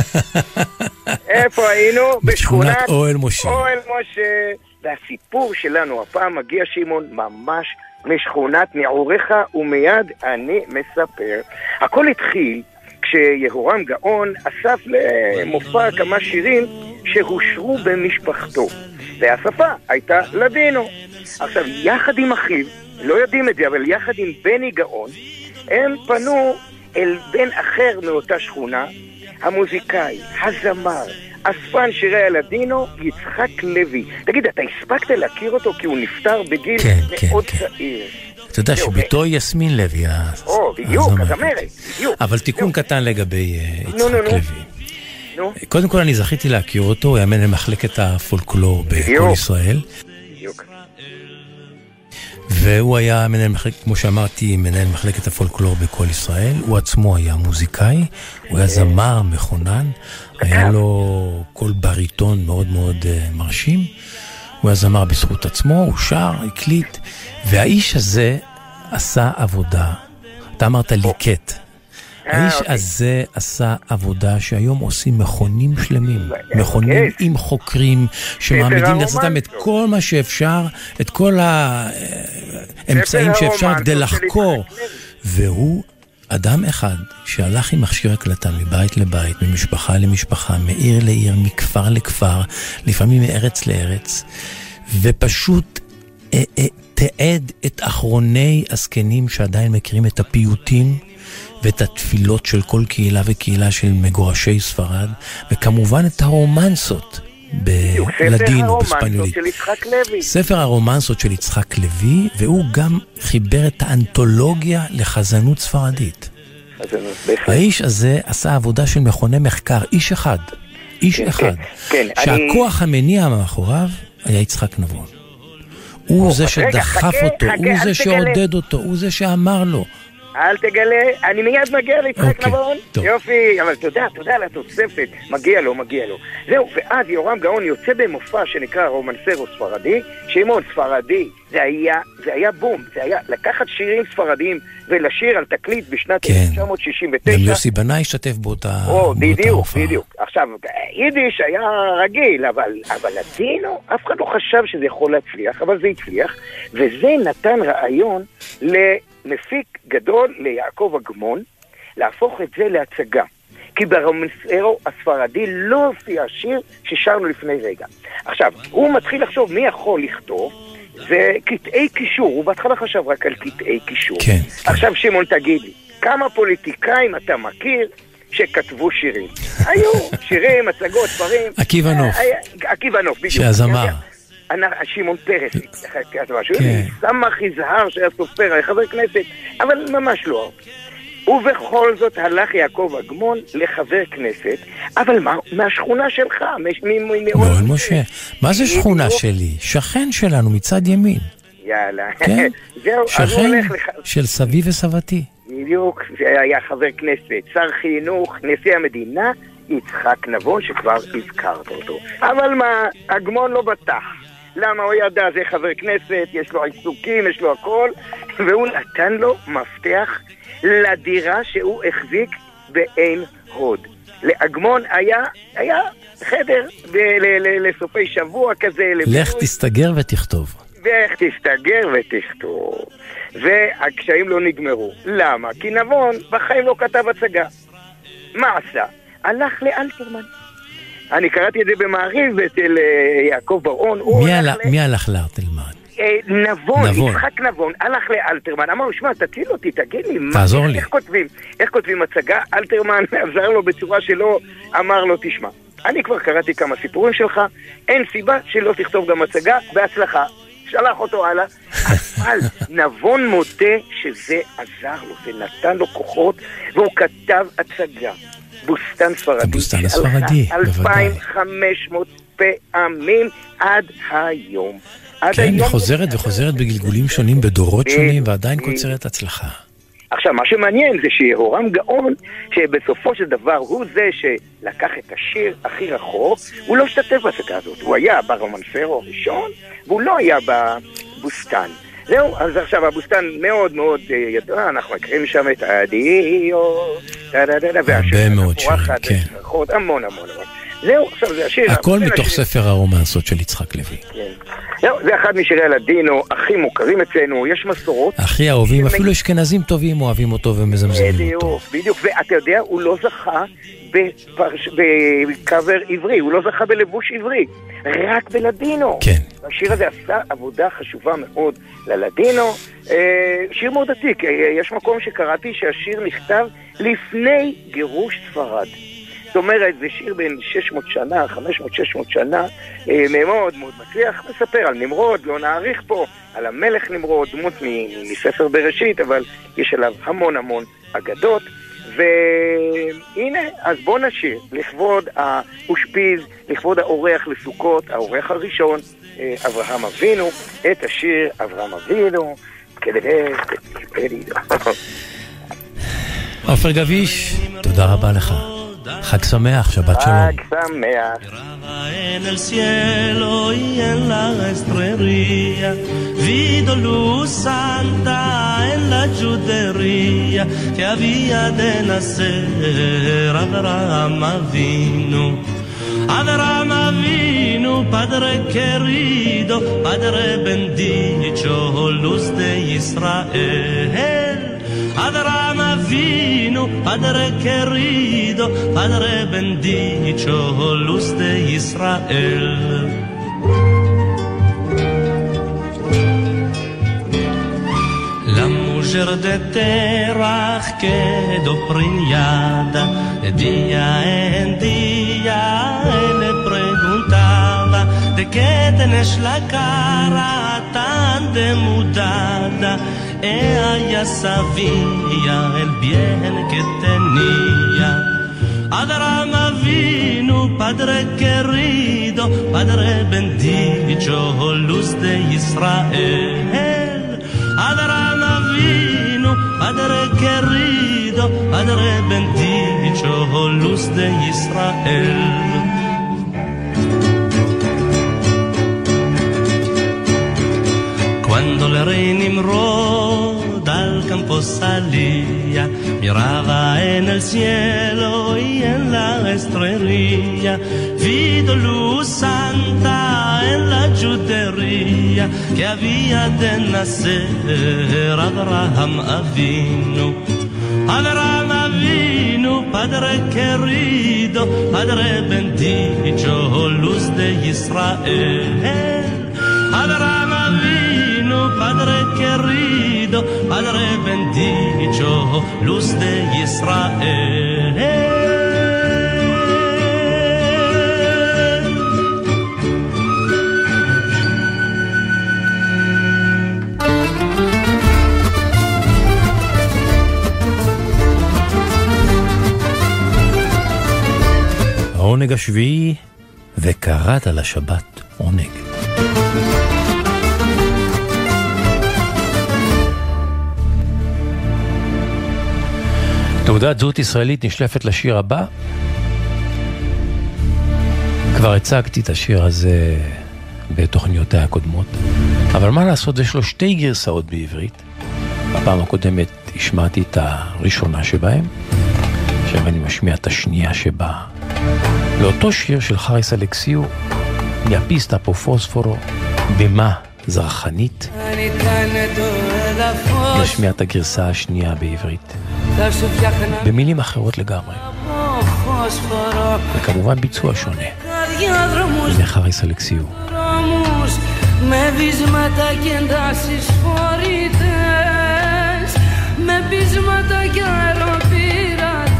איפה היינו? בשכונת אוהל משה. והסיפור שלנו הפעם מגיע, שמעון, ממש משכונת נעוריך, ומיד אני מספר. הכל התחיל כשיהורם גאון אסף למופע כמה שירים שהושרו במשפחתו, והשפה הייתה לדינו. עכשיו, יחד עם אחיו, לא יודעים את זה, אבל יחד עם בני גאון, הם פנו אל בן אחר מאותה שכונה, המוזיקאי, הזמר, אספן שירי הלדינו, יצחק לוי. תגיד, אתה הספקת להכיר אותו כי הוא נפטר בגיל מאוד צעיר? אתה יודע שביתו יסמין לוי. בדיוק, אז אמרת, בדיוק. אבל תיקון קטן לגבי יצחק לוי. קודם כל אני זכיתי להכיר אותו, הוא היה מנהל מחלקת הפולקלור בכל ישראל. בדיוק. והוא היה מנהל מחלקת, כמו שאמרתי, מנהל מחלקת הפולקלור בכל ישראל. הוא עצמו היה מוזיקאי, הוא היה זמר מכונן, היה לו קול בריטון מאוד מאוד מרשים. הוא היה זמר בזכות עצמו, הוא שר, הקליט, והאיש הזה עשה עבודה. אתה אמרת ליקט. האיש הזה עשה עבודה שהיום עושים מכונים שלמים, מכונים עם חוקרים שמעמידים לעצמם את כל מה שאפשר, את כל האמצעים שאפשר כדי לחקור. והוא אדם אחד שהלך עם מכשיר הקלטה מבית לבית, ממשפחה למשפחה, מעיר לעיר, מכפר לכפר, לפעמים מארץ לארץ, ופשוט תעד את אחרוני הזקנים שעדיין מכירים את הפיוטים ואת התפילות של כל קהילה וקהילה של מגורשי ספרד, וכמובן את הרומנסות בלדינו, בספניולית. ספר הרומנסות של יצחק לוי, והוא גם חיבר את האנתולוגיה לחזנות ספרדית. האיש הזה עשה עבודה של מכוני מחקר, איש אחד, שהכוח המניע מאחוריו היה יצחק נבון. הוא זה שדחף אותו, הוא זה שעודד אותו, הוא זה שאמר לו. אל תגלה, אני מיד מגיע ליצחק נבון. יופי, אבל תודה על התוספת, מגיע לו. זהו, ואז יורם גאון יוצא במופע שנקרא רומנסרו ספרדי, שמעון ספרדי, זה היה בום, זה היה לקחת שירים ספרדיים ולשיר על תקליט בשנת 1969. גם יוסי בנאי השתתף באותה הופעה. בדיוק. עכשיו, יידיש היה רגיל, אבל לדינו, אף אחד לא חשב שזה יכול להצליח, אבל זה הצליח, וזה נתן רעיון למפיק גדול, ליעקב אגמון, להפוך את זה להצגה. כי ברומנסרו הספרדי לא הופיע שיר ששרנו לפני רגע. עכשיו, הוא מתחיל לחשוב מי יכול לכתוב, זה קטעי קישור, הוא בהתחלה חשב רק על קטעי קישור. כן. עכשיו שמעון תגיד לי, כמה פוליטיקאים אתה מכיר שכתבו שירים? היו שירים, הצגות, ספרים. עקיבא נוף, בדיוק. שהזמר. שמעון פרס, סמך יזהר שהיה סופר, היה חבר כנסת, אבל ממש לא. ובכל זאת הלך יעקב אגמון לחבר כנסת, אבל מה? מהשכונה שלך, מאוהל משה. מה זה שכונה שלי? שכן שלנו מצד ימין. יאללה. כן? שכן של סבי וסבתי. בדיוק, זה היה חבר כנסת, שר חינוך, נשיא המדינה, יצחק נבון, שכבר הזכרת אותו. אבל מה? אגמון לא בטח. למה? הוא ידע, זה חבר כנסת, יש לו עיסוקים, יש לו הכל, והוא נתן לו מפתח לדירה שהוא החזיק בעין הוד. לאגמון היה חדר לסופי שבוע כזה. לך תסתגר ותכתוב. והקשיים לא נגמרו. למה? כי נבון בחיים לא כתב הצגה. מה עשה? הלך לאלתרמן. אני קראתי את זה במעריב אצל יעקב בר-און. מי הלך לאלתרמן? נבון, יצחק נבון, הלך לאלתרמן, אמר לו, שמע, תציל אותי, תגיד לי, תעזור לי. איך כותבים הצגה? אלתרמן עזר לו בצורה שלא, אמר לו, תשמע, אני כבר קראתי כמה סיפורים שלך, אין סיבה שלא תכתוב גם הצגה, בהצלחה. שלח אותו הלאה, אבל נבון מודה שזה עזר לו, זה נתן לו כוחות, והוא כתב הצגה. בוסתן ספרדי. הבוסתן הספרדי, בוודאי. 2500 פעמים עד היום. כן, וחוזרת בגלגולים שונים, בדורות שונים, ועדיין קוצרת הצלחה. עכשיו, מה שמעניין זה שיהורם גאון, שבסופו של דבר הוא זה שלקח את השיר הכי רחוק, הוא לא השתתף בהצגה הזאת. הוא היה ברומנסרו הראשון, והוא לא היה בבוסתן. זהו, אז עכשיו הבוסתן מאוד מאוד ידוע, אנחנו מקרים שם את הדיו, הרבה מאוד שירים, כן. המון. זהו, עכשיו זה השיר. הכל מתוך ספר הרומנסות של יצחק לוי. כן. זהו, זה אחד משירי הלדינו, הכי מוקרים אצלנו, יש מסורות. הכי אהובים, אפילו אשכנזים טובים אוהבים אותו ומזמזמים אותו. בדיוק, ואתה יודע, הוא לא זכה בקאבר עברי, הוא לא זכה בלבוש עברי, רק בלדינו. כן. השיר הזה עשה עבודה חשובה מאוד ללדינו, שיר מאוד עתיק, יש מקום שקראתי שהשיר נכתב לפני גירוש ספרד. זאת אומרת, זה שיר בין 600 שנה, 500-600 שנה, מאוד מאוד מצליח, מספר על נמרוד, לא נעריך פה, על המלך נמרוד, דמות מספר בראשית, אבל יש עליו המון אגדות, והנה, אז בוא נשיר, לכבוד האושפיז, לכבוד האורח לסוכות, האורח הראשון, אברהם אבינו, את השיר אברהם אבינו, עופר גביש, תודה רבה לך. חג שמח, שבת שלום. חג שמח. En el cielo y en la estrella, vido luz santa en la judería, que había de nacer Abraham Avinu. Abraham Avinu, Padre querido, Padre bendito, luz de Israel. Abraham Avinu, Padre querido, Padre bendito, luz de Israel. La mujer de Terach quedó preñada, de día en día le preguntaba, ¿de qué tenés la cara tan demudada? ella sabía el bien que tenía. Abraham vino, Padre querido, Padre bendito, luz de Israel. Abraham vino, Padre querido, Padre bendito, luz de Israel. Cuando el rey Nimrod al campo salía, miraba en el cielo y en la estrella, vido luz santa en la judería, que había de nacer Abraham Avinu. Abraham Avinu, Padre querido, Padre bendito, luz de Israel. Abraham Avinu, Padre querido, Padre bendito, luz de Israel. העונג השביעי, וקראת לשבת עונג. תעודת זהות ישראלית נשלפת לשיר הבא. כבר הצגתי את השיר הזה בתוכניותיי הקודמות, אבל מה לעשות, יש לו שתי גרסאות בעברית. בפעם הקודמת השמעתי את הראשונה שבהם, עכשיו אני משמיע את השנייה שבה. לאותו שיר של חריס אלכסיו, יאפיסטה פה פוספורו, במה זרחנית. נשמיע את הגרסה השנייה בעברית, במילים אחרות לגמרי, וכמובן ביצוע שונה. הנה חריס אלכסיו. Με βίσματα και εντάσεις φορητές, με πείσματα και αεροπειρατές.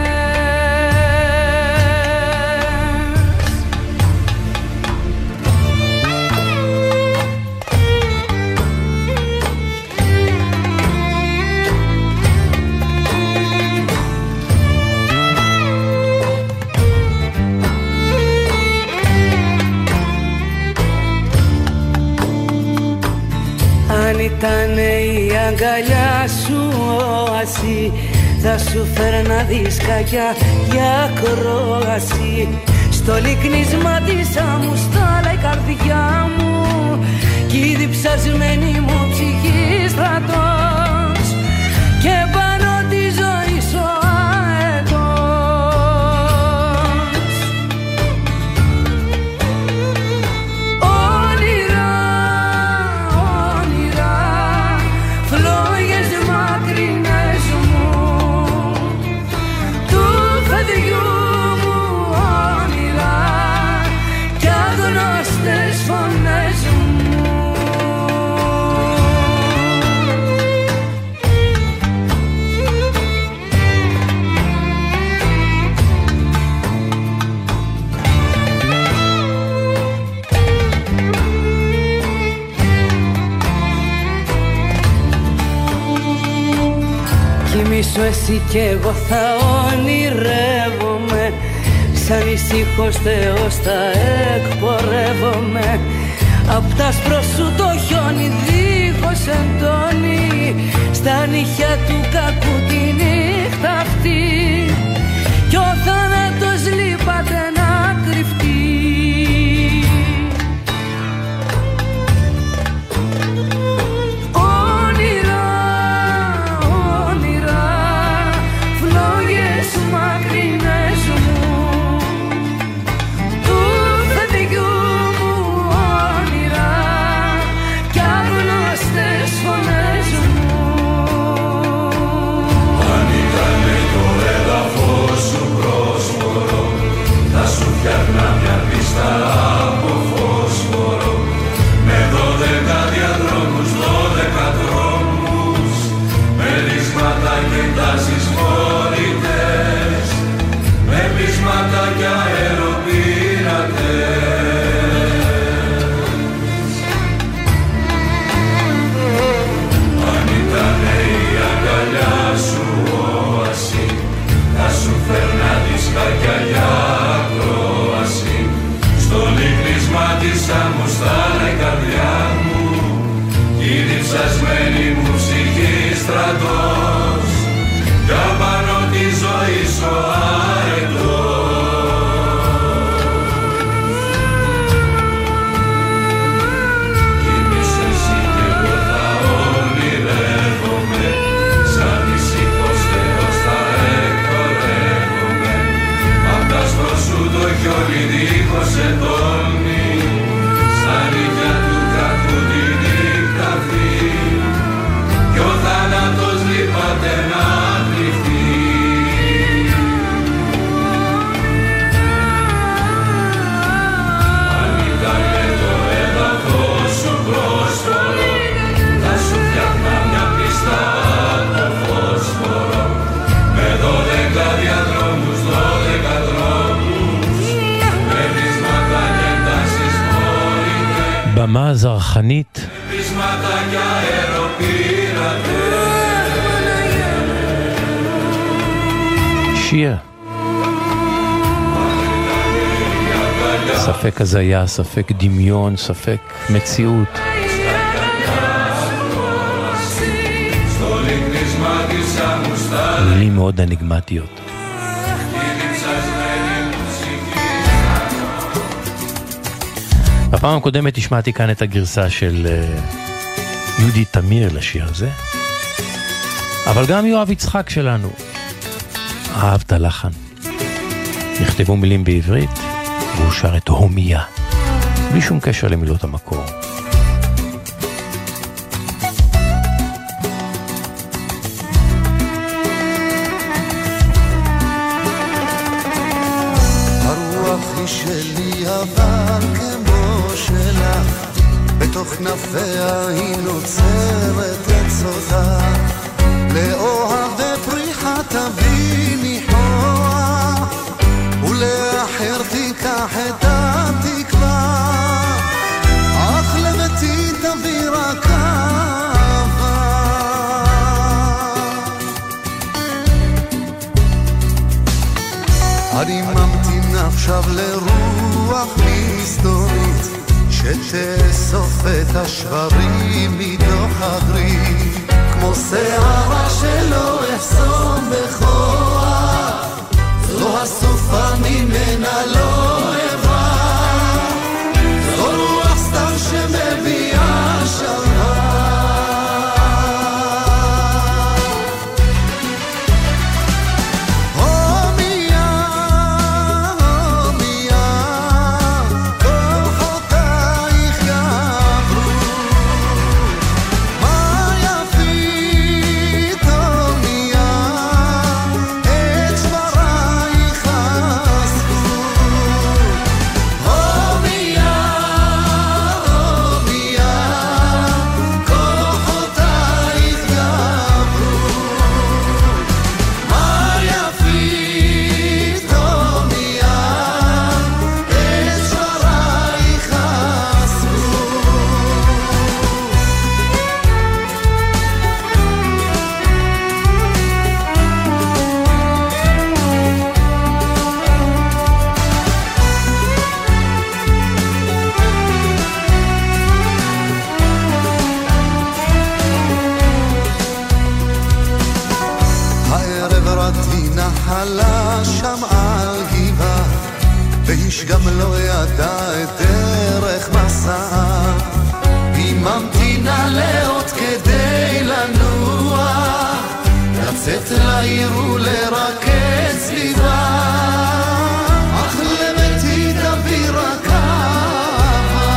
Αν ήταν η αγκαλιά σου όαση, θα σου φέρνα δισκάκια για ακρόαση. Στο λυκνίσμα της αμουστάλα η καρδιά μου, κι η διψασμένη μου ψυχή στρατός, και πάνω τη ζωή σου αετός. Όνειρα, όνειρα, φλόγες μακρινές μου, του παιδιού μου όνειρα, κι αγνώστες φωνές μου. Κοιμήσου εσύ κι εγώ θα ονειρεύομαι, σαν ησύχος Θεός θα εκπορεύομαι. Απ' τ' άσπρο σου το χιόνι δίχως εντόνι, στα νύχια του κακού τη νύχτα αυτή, κι ο θάνατος λείπατε να κρυφτεί. Πρόσφορο mi dijo se torni, sanità tu catu di dictafi, che o thanatos li paternati figli. Ανιταλέτο έδαφο σου πρόσφορο, θα σου φτιάχνα μια πίστα από φόσφορο, με 12 διαδρόμους, 12 δρόμους, με βίσματα και τάσεις φορητές, במה זרחנית, βίσματα και αεροπύρατες. שיר. ספק הזיה, ספק דמיון, ספק מציאות. מילים מאוד אניגמטיות. בפעם הקודמת השמעתי כאן את הגרסה של יהודי תמיר לשיר הזה, אבל גם יואב יצחק שלנו אהב את הלחן. נכתבו מילים בעברית והוא שר את הומיה בלי שום קשר למילות המקור. הרוח היא שלי אבל כמו שלה, בתוך כנפיה היא נוצרת את סודה, לאוהב ופריחה תביא ניחוח, ולאחר תיקח את התקווה, אך לביתי תביא רק אהבה. אני ממתין עכשיו לרוח מסתורית, שתאסוף את השברים מתוך הגריד, כמו שערה שלא אחסום בכוח, זו הסופה ממנה לא אברח, זו רוח סתם שמביאה שלווה. גם לא ידע את דרך מסעה, היא ממתינה לאות כדי לנוע, לצאת לעיר ולרקד סביבה, אך לביתי תביא רק אהבה.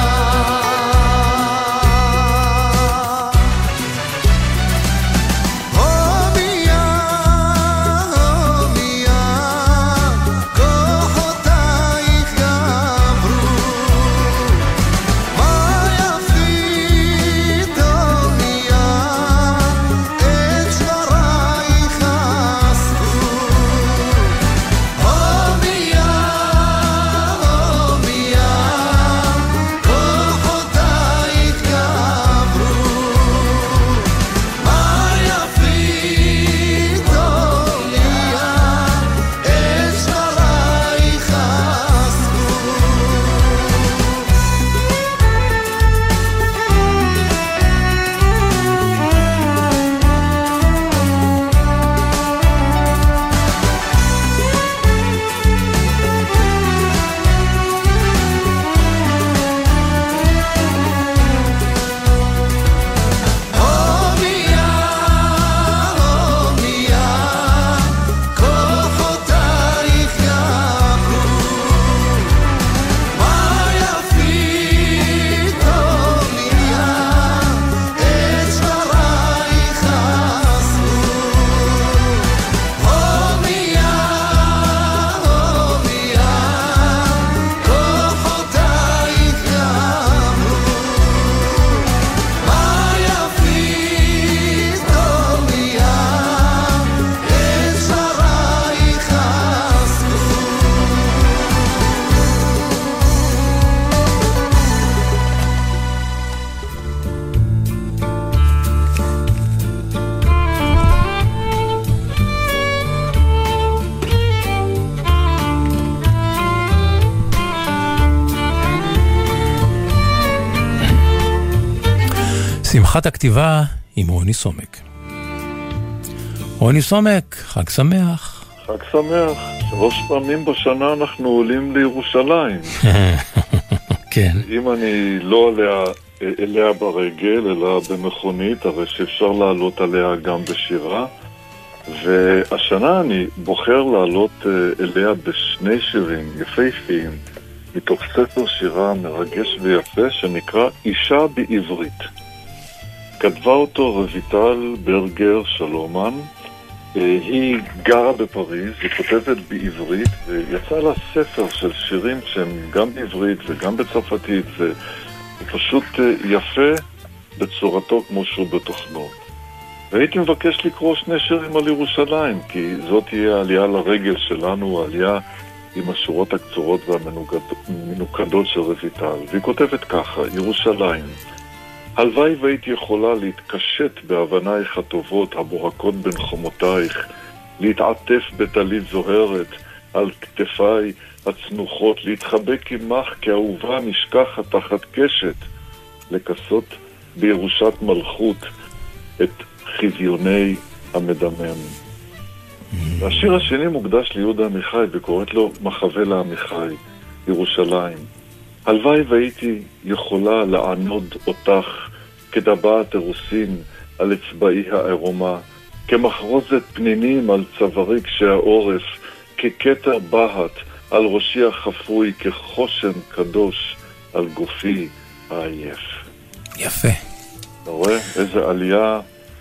מלאכת הכתיבה עם רוני סומק. רוני סומק, חג שמח. חג שמח. 3 פעמים בשנה אנחנו עולים לירושלים. כן. אם אני לא אליה ברגל, אלא במכונית, הרי שאפשר לעלות עליה גם בשירה. והשנה אני בוחר לעלות אליה בשני שירים יפהפיים, מתוך ספר שירה מרגש ויפה שנקרא אישה בעברית. כתבה אותו רויטל ברגר שלומן. היא גרה בפריז, היא כותבת בעברית, ויצא לה ספר של שירים שהם גם בעברית וגם בצרפתית, ופשוט יפה בצורתו כמו שהוא בתוכנו. והייתי מבקש לקרוא 2 שירים על ירושלים, כי זאת תהיה העלייה לרגל שלנו, העלייה עם השורות הקצורות והמנוקדות של רויטל. והיא כותבת ככה: ירושלים, הלוואי והייתי יכולה להתקשט בהבנייך הטובות הבורקות בין חומותייך, להתעטף בטלית זוהרת על כתפיי הצנוחות, להתחבק עמך כאהובה נשכחת תחת קשת, לכסות בירושת מלכות את חזיוני המדמם. השיר השני מוקדש ליהודה עמיחי וקוראת לו מחווה לעמיחי, ירושלים. הלוואי והייתי יכולה לענוד אותך כדבעת אירוסין על אצבעי הערומה, כמחרוזת פנינים על צווארי כשהעורף, ככתר בהט על ראשי החפוי, כחושן קדוש על גופי העייף. יפה. אתה רואה? איזה עלייה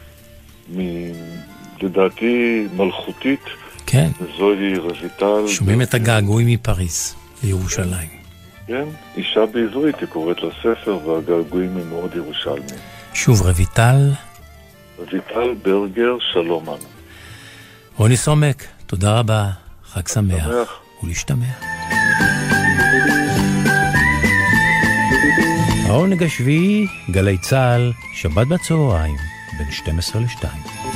לדעתי מלכותית. כן. זוהי רויטל. שומעים את הגעגועים מפריז לירושלים. כן, אישה בעברית, היא קוראת לספר, והגעגועים הם מאוד ירושלמים. שוב רויטל. רויטל ברגר שלומן. רוני סומק, תודה רבה, חג שמח ולהשתמע. העונג השביעי, גלי צהל, שבת בצהריים, בין 12 ל-2.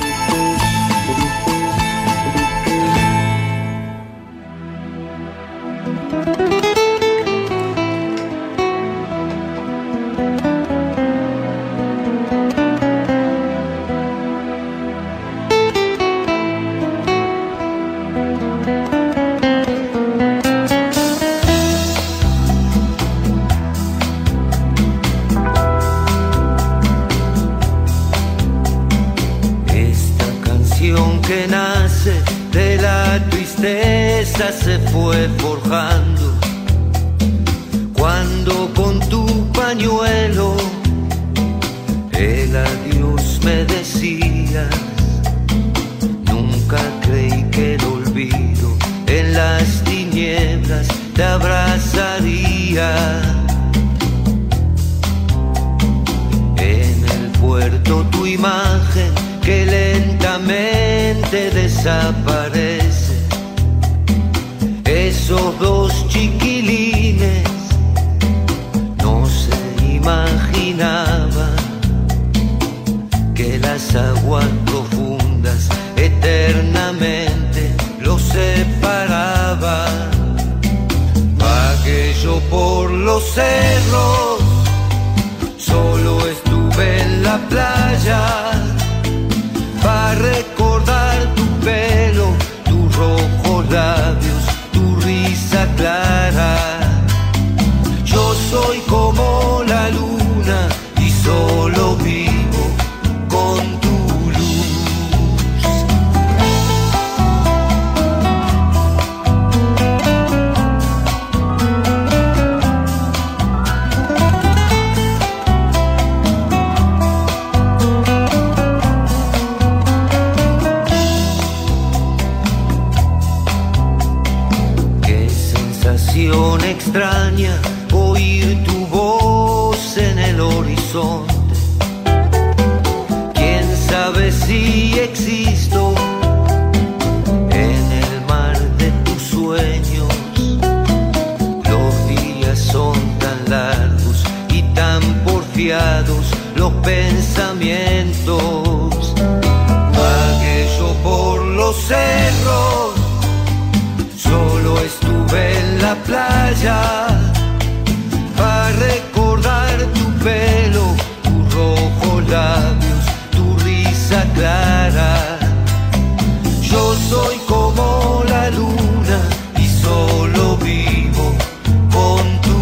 Se fue forjando cuando con tu pañuelo el adiós me decías. Nunca creí que el olvido en las tinieblas te abrazaría. En el puerto tu imagen que lentamente desaparece. Esos 2 chiquilines no se imaginaban que las aguas profundas eternamente los separaban. Vagué yo por los cerros, solo estuve en la playa para recordar tu pelo, tus rojos labios, risa clara. Yo soy como la luna y solo vivo con tu luz. Extraña oír tu voz en el horizonte. Quién sabe si existo en el mar de tus sueños. Los días son tan largos y tan porfiados los pensamientos. Vagué yo por los cerros, solo estuve en la playa para recordar tu pelo, tus rojos labios, tu risa clara. Yo soy como la luna y solo vivo con tu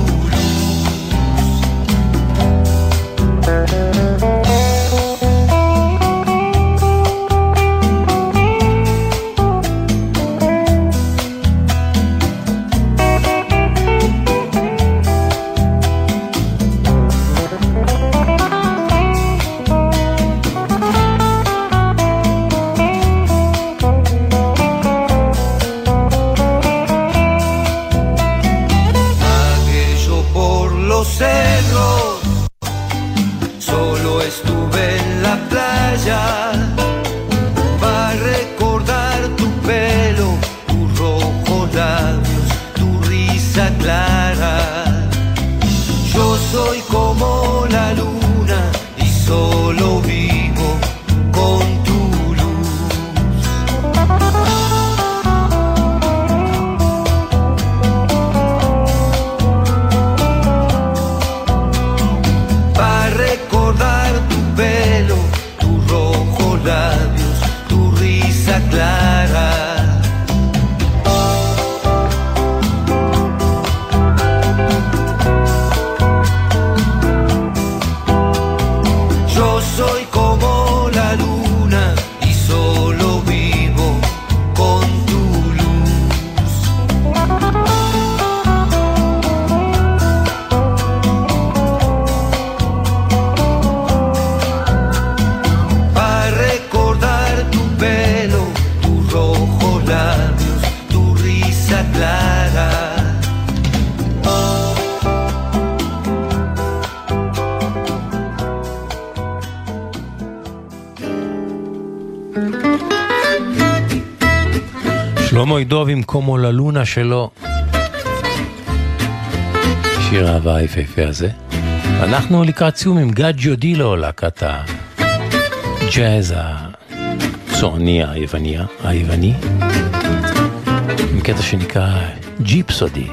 cerros, solo estuve en la playa para recordar tu pelo, tus rojos labios, tu risa clara. Yo soy como la luna y solo vivo con tu pelo, tus rojos labios, tu risa clara. Yo soy como la luna y solo vivo con tu luz. Pelo, tus rojos labios, tu risa clara. שלמה ידוב עם כמו ללונה שלו, שיר האהבה היפהפה הזה. אנחנו לקראת סיום עם גאג'יו דילו, להקת הג'אז הצועני היווני, עם קטע שנקרא ג'יפסודי.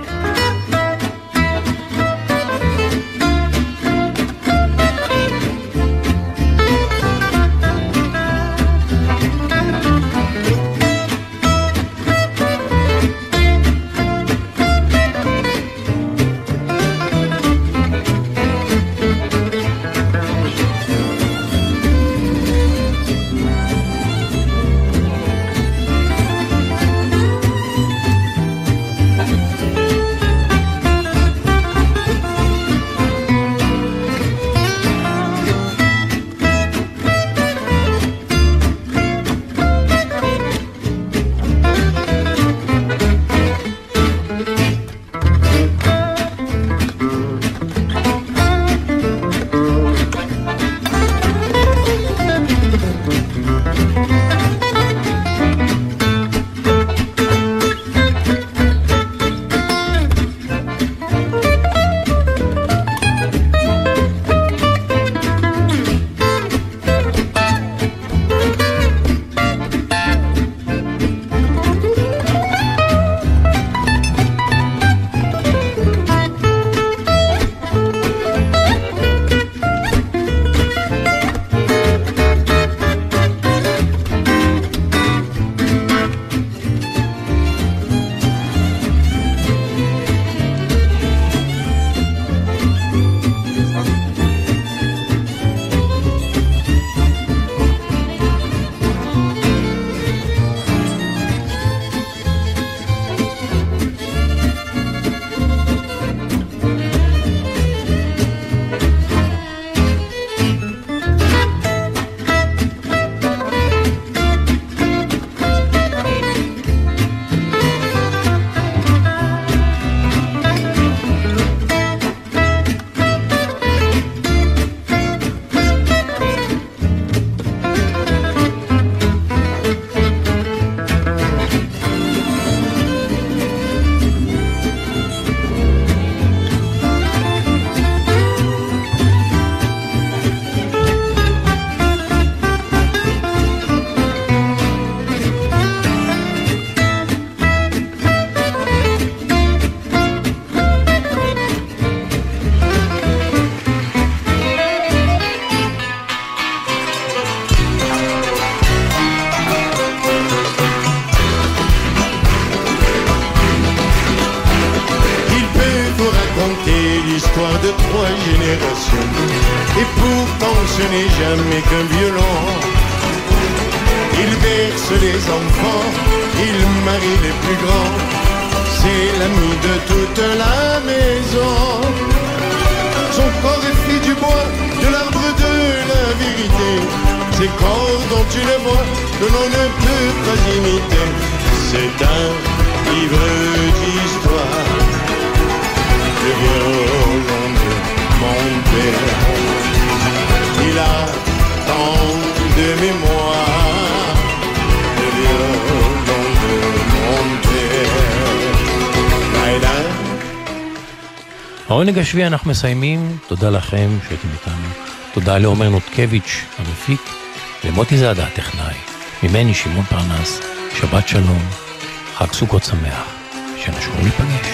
l'histoire de 3 générations. Et pourtant ce n'est jamais qu'un violon. Il berce les enfants, il marie les plus grands. C'est l'ami de toute la maison. Son corps est fait du bois, de l'arbre de la vérité. Ces corps dont tu le vois, que l'on ne peut pas imiter. C'est un livre d'histoire, le violon de mon père. Il a tant de mémoire, le violon de mon père. Laïla. העונג השביעי אנחנו מסיימים, תודה לכם שהייתם איתנו, תודה לעומר נותקביץ' המפיק, למוטי זאדה הטכנאי, ממני שמעון פרנס, שבת שלום, חג סוכות שמח, שנשוב להיפגש.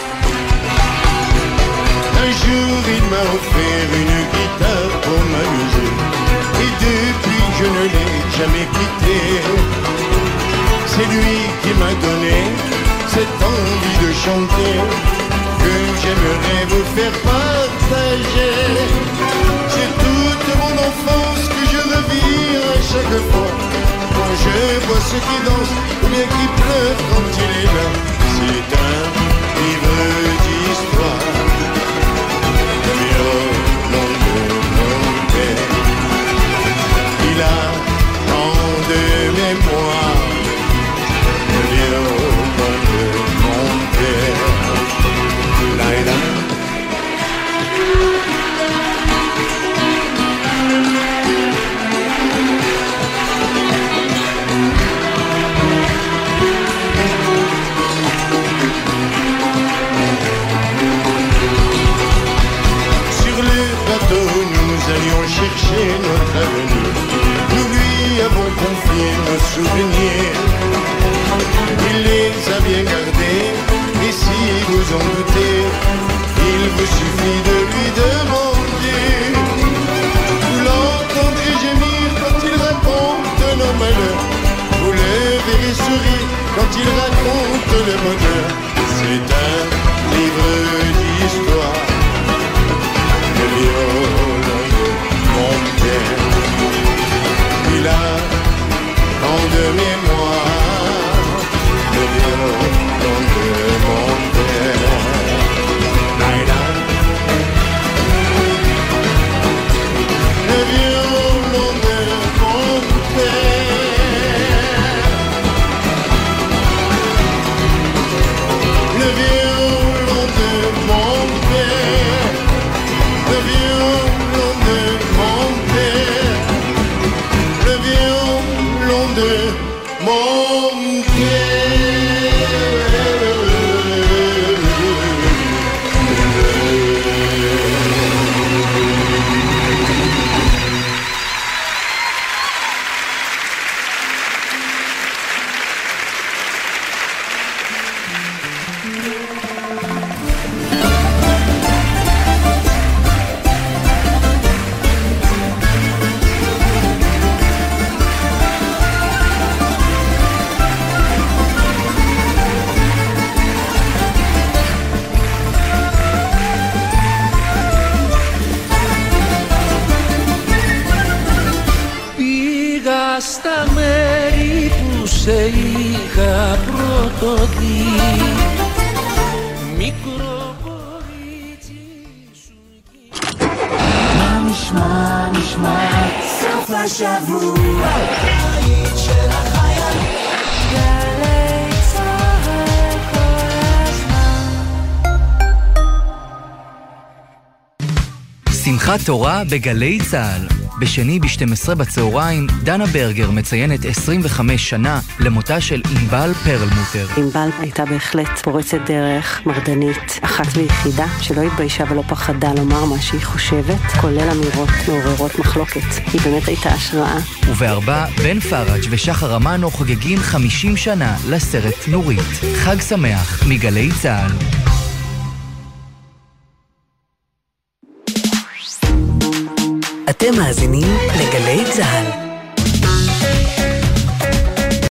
Un jour il m'a offert une guitare pour m'amuser, et depuis je ne l'ai jamais quitté. C'est lui qui m'a donné cette envie de chanter, que j'aimerais vous faire partager. C'est toute mon enfance que je revis à chaque fois, quand je vois ceux qui dansent ou bien qui pleurent quand il est là. C'est un livre d'histoire, le violon de mon père. Il a tant de mémoire, le violon de mon père. Laïla. Sur le bateau, nous allions chercher notre avenir. Nous lui avons confié nos souvenirs. Il les a bien gardés. Et si vous en doutez, il vous suffit de lui demander. Vous l'entendrez gémir quand il raconte nos malheurs. Vous le verrez sourire quand il raconte le bonheur. C'est un livre d'histoire, le violon de mon père. Il a tant de mémoire, le violon de mon père. Laïla. Le violon de mon père. Le violon de mon père. Le violon de mon père. Le violon de mon Στα μέρη που σε είχα πρώτο δει, μικρό κορίτσι σου מה נשמע, נשמע סוף השבוע היית של החייל גלי צהל כל הזמן. שמחת תורה בגלי צהל. בשני ב-12 בצהריים, דנה ברגר מציינת 25 שנה למותה של ענבל פרלמוטר. ענבל הייתה בהחלט פורצת דרך, מרדנית, אחת ויחידה, שלא התביישה ולא פחדה לומר מה שהיא חושבת, כולל אמירות מעוררות מחלוקת. היא באמת הייתה השראה. ובארבע, בן פרג' ושחר אמנו חוגגים 50 שנה לסרט נורית. חג שמח מגלי צהל. אתם מאזינים לגלי צהל.